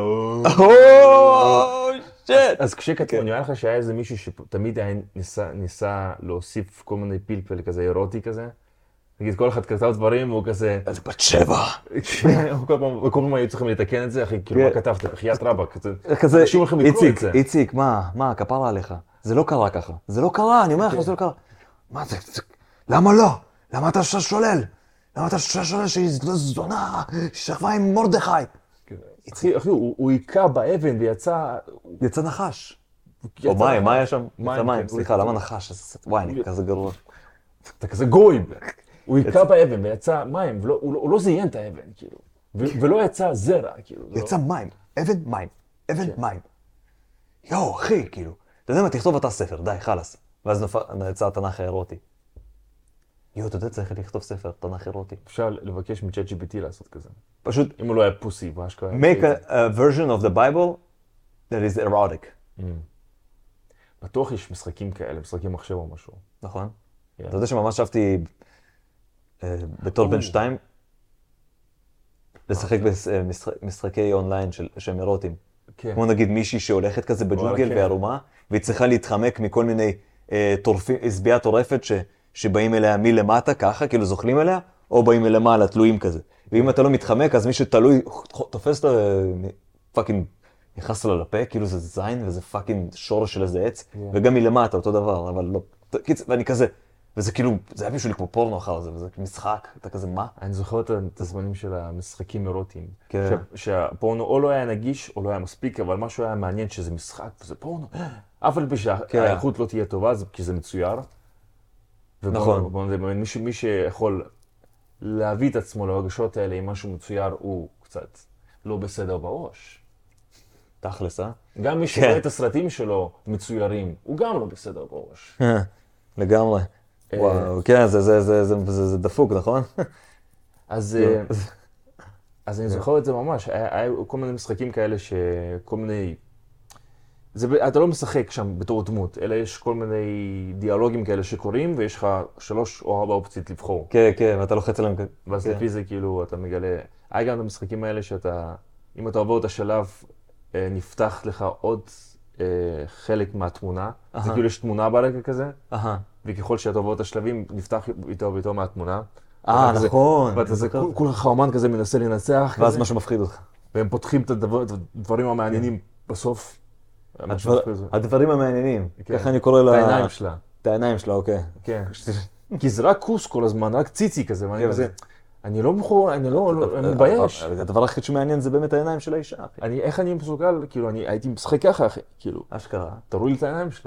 שיט! אז כשכתבו, כן. נראה לך שהיה איזה מישהו שתמיד היה ניסה, ניסה להוסיף כל מיני פלפל כזה אירוטי כזה. נגיד, כל אחד כתב דברים והוא כזה... אז בת שבע. הוא כל פעם, כל פעם היו צריכים לתקן את זה, אחי, כאילו, כן. מה כתבת? בחייאת רבאק. כזה, כזה, אנשים הולכים לקרוא את איציק, זה. איציק, מה, מה, כפרה עליך? זה לא קרה ככה. זה לא קרה, אני אומר לך, זה לא קרה. מה זה, זה- למה לא? למה אתה שולל? למה אתה שולל שהיא זונה, שכבה עם מרדכי? אחי, אחי, הוא הוא היכה באבן ויצא... יצא נחש. יצא או מים, נחש. מה היה שם? מים, יצא מים, כן, סליחה, הוא- למה נחש? אז- וואי, אני כזה גרוע. אתה כזה גוי. הוא היכה באבן ויצא מים, ולא, הוא, לא- הוא לא זיין את האבן, כאילו. ו- ולא יצא זרע, כאילו. זה יצא מים, אבן, מים, אבן, מים. יואו, אחי, כאילו. אתה יודע מה, תכתוב אתה ספר, די, חלאס. ואז נפ- יצא התנ"ך האירוטי. יואו, אתה יודע, צריך לכתוב ספר, תנ"ך אירוטי. אפשר לבקש מ-צ'אט ג'י פי טי לעשות כזה. פשוט, אם הוא לא היה פוסי, באשכרה. make a, a version of the Bible that is erotic. בטוח יש משחקים כאלה, משחקים מחשב או משהו. נכון? כן. אתה יודע שממש אהבתי אה, בתור בן שתיים, לשחק במשחקי אונליין של- שהם אירוטיים. כן. כמו נגיד מישהי שהולכת כזה בג'ונגל כן. וערומה, והיא צריכה להתחמק מכל מיני אה, טורפים, זביעה טורפת ש, שבאים אליה מלמטה ככה, כאילו זוחלים אליה, או באים מלמעלה, תלויים כזה. ואם אתה לא מתחמק, אז מי שתלוי, תופס אותו, פאקינג, נכנס לו לפה, כאילו זה זין, וזה פאקינג שורש של איזה עץ, וגם מלמטה, אותו דבר, אבל לא, קיצר, ואני כזה, וזה כאילו, זה היה בשבילי כמו פורנו אחר זה, וזה משחק, אתה כזה, מה? אני זוכר את את הזמנים של המשחקים אירוטיים. כן. שה- שהפורנו או לא היה נגיש או לא היה מספיק, אבל משהו היה מעניין שזה משחק וזה פורנו. אף על פי שהאיכות לא תהיה טובה, זה- כי זה מצויר. ובוא- נכון. בוא נדבר, מי ש- מי שיכול להביא את עצמו לרגשות האלה עם משהו מצויר, הוא קצת לא בסדר בראש. תכלס, אה? גם מי שרואה את הסרטים שלו מצוירים, הוא גם לא בסדר בראש. לגמרי. וואו, כן, זה, זה, זה, זה, זה, זה דפוק, נכון? אז, אה, אז אני זוכר את זה ממש, היה, היה כל מיני משחקים כאלה שכל מיני... זה, ב- אתה לא משחק שם בתור דמות, אלא יש כל מיני דיאלוגים כאלה שקורים, ויש לך שלוש או ארבע אופציות לבחור. כן, כן, ואתה לוחץ עליהם. ואז כן. לפי זה כאילו אתה מגלה... היה גם את המשחקים האלה שאתה... אם אתה עובר את השלב, אה, נפתח לך עוד אה, חלק מהתמונה. זה אהה. כאילו יש תמונה ברקע כזה, אהה. וככל שאתה עובר את השלבים, נפתח יותר ויותר מהתמונה. אה, ואתה כזה- נכון. ואתה זה, כול- כולך אומן כזה מנסה לנצח, ואז כזה, משהו מפחיד אותך. והם פותחים את הדבר- את הדברים המעניינים בסוף. משהו הדבר- מפחיד אותך. הדברים המעניינים. כן. ככה אני קורא לה... את העיניים שלה. את העיניים שלה, אוקיי. כן. כי זה רק כוס כל הזמן, רק ציצי כזה, ואני כזה, אני לא מכור, אני לא, לא- אני מתבייש. הדבר היחיד שמעניין זה באמת העיניים של האישה, אחי. אני, איך אני מסוגל, כאילו, אני הייתי משחק ככה, אחי, כאילו, אשכרה. תראו לי את העיניים שלה.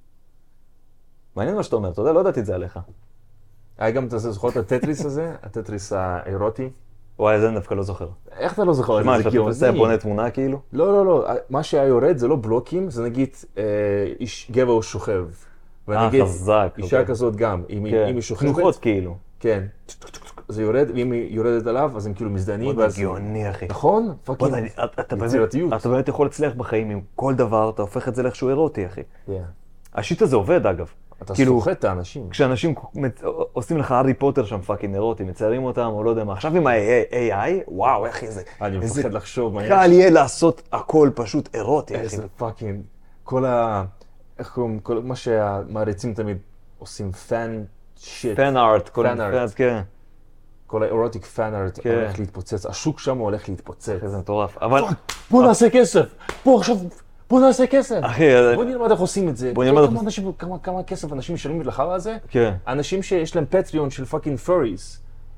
מעניין מה שאתה אומר, אתה יודע, לא ידעתי את זה עליך. היה גם, אתה זוכר את הטטריס הזה? הטטריס האירוטי? וואי, זה אני דווקא לא זוכר. איך אתה לא זוכר את מה, זה? שאתה כאילו, תפסה אני- בונה תמונה כאילו? לא, לא, לא, מה שהיה יורד זה לא בלוקים, זה נגיד אה, איש גבר הוא שוכב. ונגיד, חזק, אישה אוקיי. כזאת גם, אם היא כן. אם היא שוכבת, תנוחות כאילו. כן, זה יורד, ואם היא יורדת עליו, אז הם כאילו מזדיינים, מאוד ואז... גאוני, אחי. נכון? פאקינג. בוא'נה, אתה- אתה באמת- יצירתיות. אתה באמת יכול להצליח בחיים עם כל דבר, אתה הופך את זה לאיכשהו אירוטי, אחי. כן. השיט הזה עובד, אגב. אתה כאילו, סוחט את האנשים. כשאנשים מצ- עושים לך הארי פוטר שם פאקינג אירוטי, מציירים אותם או לא יודע מה. עכשיו עם ה-איי איי, וואו, איך זה... אני איזה מפחד לחשוב מה יש. קל יהיה לעשות הכל פשוט אירוטי, אחי. איזה פאקינג. כל ה... איך קוראים? כל מה שהמעריצים תמיד עושים פן שיט. פן ארט, כל Fan art. פן, כן. כל האירוטיק פן ארט כן. הולך להתפוצץ. השוק שם הולך להתפוצץ. זה מטורף. אבל, בוא נעשה כסף! בוא עכשיו... בוא נעשה כסף! אחי, בוא נלמד איך עושים את זה. בוא אתה נלמד יודע איך- כמה אנשים- כמה- כמה כסף אנשים משלמים לחרא הזה? כן. אנשים שיש להם פטריון של פאקינג פוריס.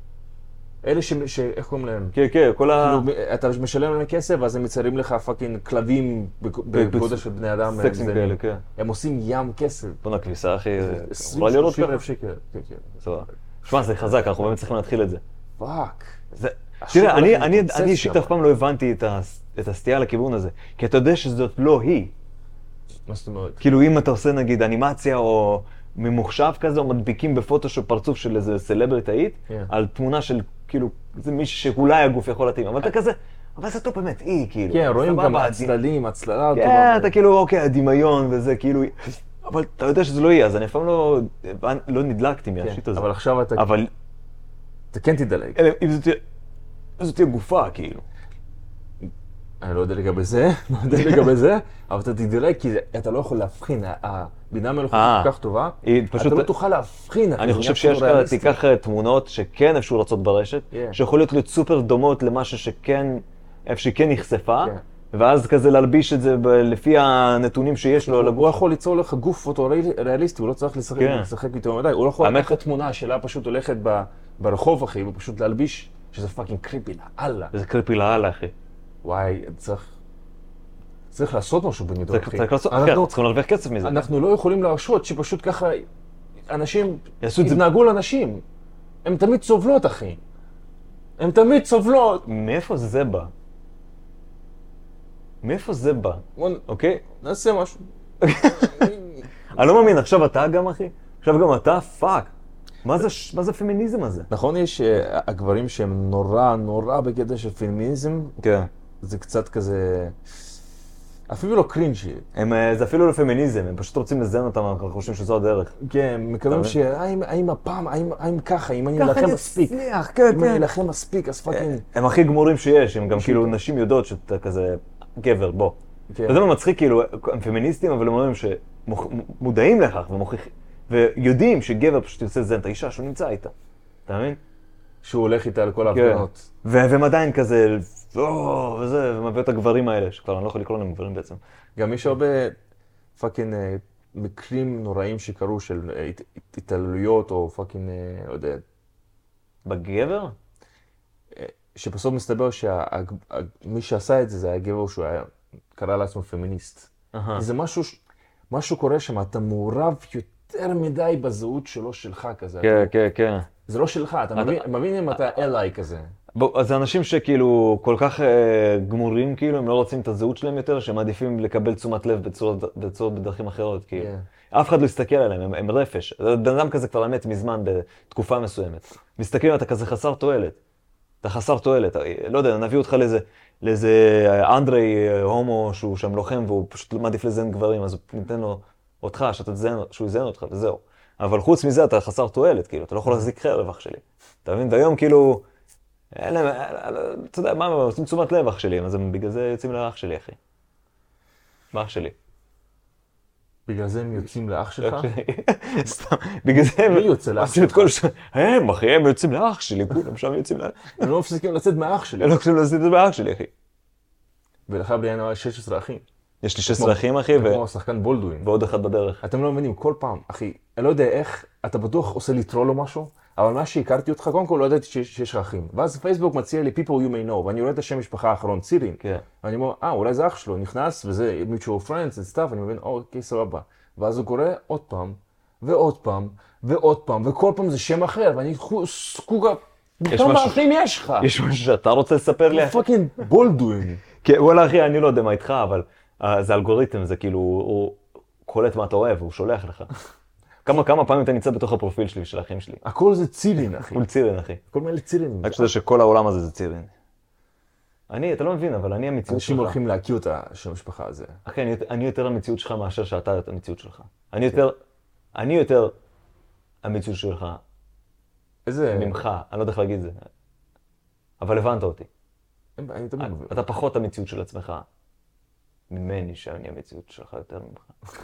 אלה ש... ש- איך קוראים להם? כן, כן, כל ה... כאילו, אתה משלם להם כסף, אז הם מציירים לך פאקינג כלבים בג- בגודל של בני אדם. סקסים מזדיינים. כאלה, כן. הם עושים ים כסף. בוא'נה, כביסה, אחי, זה... עשרים יכולה לראות שלושים ככה? אלף שקל. כן, כן. סבבה. שמע, זה חזק, אנחנו באמת צריכים להתחיל את זה. פאק. זה... השוק תראה, אני, הולך אני, להתפוצץ אני אישית שם. אף פעם לא הבנתי את, ה... את הסטייה לכיוון הזה. כי אתה יודע שזאת לא היא. מה זאת אומרת? כאילו, אם אתה עושה נגיד אנימציה או ממוחשב כזה, או מדביקים בפוטושופ פרצוף של איזה סלבריטאית, כן. על תמונה של, כאילו, זה מישהו שאולי הגוף יכול להתאים, אבל אתה כזה, אבל זה לא באמת היא, כאילו. כן, רואים סבבה, גם הד- הצללים, הצללה כן, טובה. אתה כאילו, אוקיי, הדמיון וזה, כאילו, אבל אתה יודע שזה לא היא, אז אני אף פעם לא, לא נדלקתי כן, מהשיט הזה. אבל עכשיו אתה אבל, אתה כן תדלג. אלא אם זאת תהיה, אם זאת תהיה גופה, כאילו. אני לא יודע לגבי זה, לא יודע לגבי זה, אבל אתה תדלג כי זה- אתה לא יכול להבחין. הבינה המלאכותית אה. כל כך טובה, היא פשוט- אתה לא תוכל להבחין. אחי, אני זה חושב נהיה שיש אפילו כאלה, ריאליסטי. תיקח אה, תמונות שכן איפשהו רצות ברשת, Yeah. שיכול להיות להיות סופר דומות למשהו שכן, איפה שכן נחשפה, כן. ואז כזה להלביש את זה ב- לפי הנתונים שיש לו על הוא הגוף. יכול ליצור לך גוף פוטו-ריאליסטי, הוא לא צריך לשחק כן. לשחק יותר מדי. הוא לא יכול האמת- לקחת תמונה שלה פשוט הולכת ב- ברחוב, אחי, ופשוט להלביש, שזה פאקינג קריפי לאללה. זה קריפי לאללה, אחי. וואי, צריך... צריך לעשות משהו במידור, צריך אחי. צריך לעשות, אחי, אנחנו- אנחנו צריכים להרוויח כסף מזה. אנחנו לא יכולים להרשות שפשוט ככה אנשים יעשו את זה- יתנהגו לאנשים. הן תמיד סובלות, אחי. הן תמיד סובלות. מאיפה זה בא? מאיפה זה בא? בוא אוקיי? נעשה משהו. אני לא מאמין, עכשיו אתה גם, אחי? עכשיו גם אתה? פאק. מה זה, מה זה פמיניזם הזה? נכון, יש אה, הגברים שהם נורא, נורא בקטע של פמיניזם. כן. זה קצת כזה... אפילו לא קרינג'י. הם, אה, זה אפילו לא פמיניזם, הם פשוט רוצים לזיין אותם, אנחנו חושבים שזו הדרך. כן, מקווים ש... האם, האם הפעם, האם, האם ככה, אם אני ככה אלחם אני מספיק. אצליח, כן, אם כן. אני אלחם מספיק, אז פאקינג... הם הכי גמורים שיש, הם גם כאילו נשים יודעות שאתה כזה גבר, בוא. כן. אתה יודע מה מצחיק, כאילו, הם פמיניסטים, אבל הם אומרים שמודעים לכך ומוכיחים, ויודעים שגבר פשוט יוצא לזיין את האישה שהוא נמצא איתה. אתה מבין? שהוא הולך איתה לכל ההפגנות. והם עדיין כזה, וזה, ומביא את הגברים האלה, שכבר אני לא יכול לקרוא להם גברים בעצם. גם יש הרבה פאקינג מקרים נוראים שקרו של התעללויות או פאקינג, לא יודע. בגבר? שבסוף מסתבר שמי שעשה את זה, זה היה גבר שהוא היה, קרא לעצמו פמיניסט. זה משהו, משהו קורה שם, אתה מעורב יותר מדי בזהות שלו שלך כזה. כן, כן, כן. זה לא שלך, אתה מבין אם אתה אליי כזה. אז זה אנשים שכאילו כל כך אה, גמורים, כאילו, הם לא רוצים את הזהות שלהם יותר, שהם מעדיפים לקבל תשומת לב בצורות, בצורות בדרכים אחרות, כאילו. Yeah. אף אחד לא יסתכל עליהם, הם, הם רפש. בן אדם כזה כבר אמת מזמן בתקופה מסוימת. מסתכלים, אתה כזה חסר תועלת. אתה חסר תועלת. לא יודע, נביא אותך לאיזה, לאיזה אנדרי הומו שהוא שם לוחם, והוא פשוט מעדיף לזיין גברים, אז ניתן לו אותך, שאתה תזיין, שהוא יזיין אותך, וזהו. אבל חוץ מזה, אתה חסר תועלת, כאילו, אתה לא יכול להחזיק חרב, אח שלי. אתה מבין? והיום, כאילו, אין להם, אתה יודע, מה, עושים תשומת לב, אח שלי, אז הם בגלל זה יוצאים לאח שלי, אחי. מה אח שלי? בגלל זה הם יוצאים לאח שלך? סתם, בגלל זה הם... מי יוצא לאח שלך? הם, אחי, הם יוצאים לאח שלי, כולם שם יוצאים לאח. הם לא מפסיקים לצאת מאח שלי. הם לא מפסיקים לצאת מאח שלי, אחי. ולך בינואר שש עשרה אחים. יש לי שש עשרה אחים, אחי, ו... כמו השחקן בולדווין. ועוד אחד בדרך. אתם לא מבינים, כל פעם, אחי, אני לא יודע איך, אתה בטוח עושה לי טרול או משהו, אבל מה שהכרתי אותך, קודם כל לא ידעתי שיש, שיש לך אחים. ואז פייסבוק מציע לי people you may know, ואני רואה את השם משפחה האחרון, צירין. כן. ואני אומר, אה, אולי זה אח שלו, נכנס, וזה mutual friends and stuff, אני מבין, אוקיי, סבבה. ואז הוא קורא עוד פעם, ועוד פעם, ועוד פעם, וכל פעם זה שם אחר, ואני סקוגה, כמה אחים יש לך? יש משהו שאתה רוצה לספר לי? פאקינג בולדווין. כן, וואלה אחי, אני לא יודע מה איתך, אבל זה אלגוריתם, זה כאילו, הוא קולט מה אתה אוהב, הוא שולח לך. כמה, כמה פעמים אתה נמצא בתוך הפרופיל שלי ושל האחים שלי? הכל זה צירין, אחי. הכל צירין, אחי. הכל מלא צירין. רק שזה שכל העולם הזה זה צירין. אני, אתה לא מבין, אבל אני המציאות שלך. אנשים הולכים להכיר את השם המשפחה הזה. אחי, אני, אני יותר המציאות שלך מאשר שאתה את המציאות שלך. אני יותר, אני יותר המציאות שלך. איזה... ממך, אני לא יודע איך להגיד את זה. אבל הבנת אותי. אני תמיד מבין. אתה פחות המציאות של עצמך. ממני שאני המציאות שלך יותר ממך.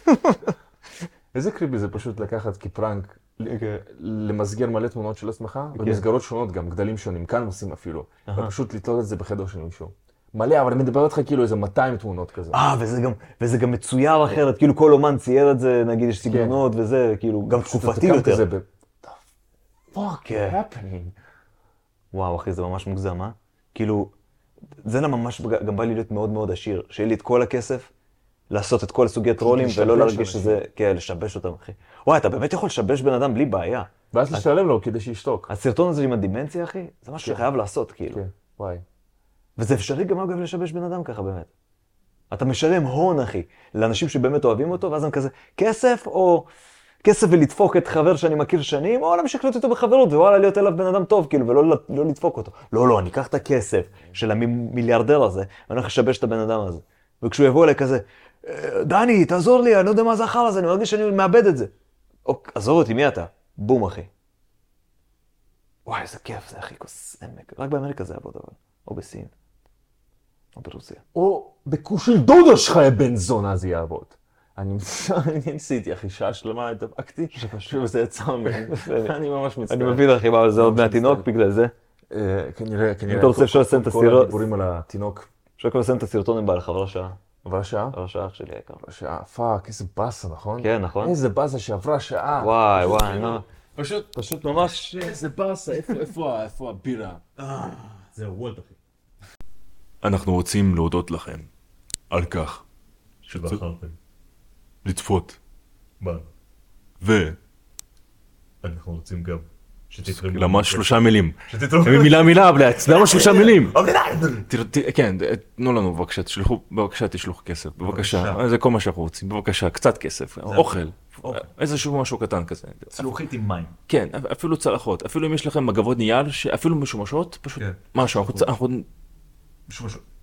איזה קריבי זה פשוט לקחת כפרנק, למסגר מלא תמונות של עצמך, במסגרות שונות גם, גדלים שונים, כאן עושים אפילו, ופשוט לתלות את זה בחדר של מישהו. מלא, אבל אני מדבר אותך כאילו איזה מאתיים תמונות כזה. אה, וזה גם, וזה גם מצויר אחרת, כאילו כל אומן צייר את זה, נגיד יש סגנונות וזה, כאילו גם תקופתי יותר. Fuck happening. וואו, אחי, זה ממש מוגזם, אה? כאילו, זה ממש גם בא לי להיות מאוד מאוד עשיר, שיהיה לי את כל הכסף, לעשות את כל סוגי טרולים, ולא להרגיש שזה, כן, לשבש אותם, אחי. וואי, אתה באמת יכול לשבש בן אדם בלי בעיה. ואז לשלם לו כדי שישתוק. הסרטון הזה עם הדימנציה, אחי, זה משהו שחייב לעשות, כאילו. כן, וואי. וזה אפשרי גם אגב לשבש בן אדם ככה, באמת. אתה משלם הון, אחי, לאנשים שבאמת אוהבים אותו, ואז הם כזה, כסף או... כסף ולדפוק את חבר שאני מכיר שנים, או להמשיך להיות איתו בחברות, ווואלה, להיות אליו בן אדם טוב, כאילו, ולא לא לדפוק אותו. לא, לא, אני אקח את הכסף של המיליארדר הזה, ואני הולך לשבש את הבן אדם הזה. וכשהוא יבוא אליי כזה, דני, תעזור לי, אני לא יודע מה זה אחר הזה, אני מרגיש שאני מאבד את זה. אוקיי, עזור אותי, מי אתה? בום, אחי. וואי, איזה כיף זה, אחי, כוס עמק. רק באמריקה זה עבוד, אבל. או בסין. או ברוסיה. או בכושל דודה שלך, בן זונה, זה יעבוד. אני ניסיתי, אחי, שעה שלמה התאפקתי, שזה יצא ממני. אני ממש מצטער. אני מבין, אחי, זה עוד מהתינוק בגלל זה. כנראה, כנראה. אם אתה רוצה אפשר לסיים את הסרטון. כל הדיבורים על התינוק. אפשר כבר לסיים את הסרטון עם בעל חברה שעה. עברה שעה? עברה שעה, אח שלי היקר. עברה שעה, פאק, איזה באסה, נכון? כן, נכון. איזה באסה שעברה שעה. וואי, וואי, נו. פשוט, פשוט ממש, איזה באסה, איפה הבירה? זהו, וולט, אחי. אנחנו רוצים להודות לכם על כך שבחרתם. לצפות בא. ו... אנחנו רוצים גם שתתרמו. למש שלושה מילים. שתתרמו. מילה מילה, בלעץ, למה שלושה מילים? כן, תנו לנו בבקשה, תשלחו, בבקשה תשלחו כסף, בבקשה, זה כל מה שאנחנו רוצים, בבקשה, קצת כסף, אוכל, איזשהו משהו קטן כזה. צלוחית עם מים. כן, אפילו צלחות, אפילו אם יש לכם מגבות נייר, אפילו משומשות, פשוט משהו, אנחנו... משומשות.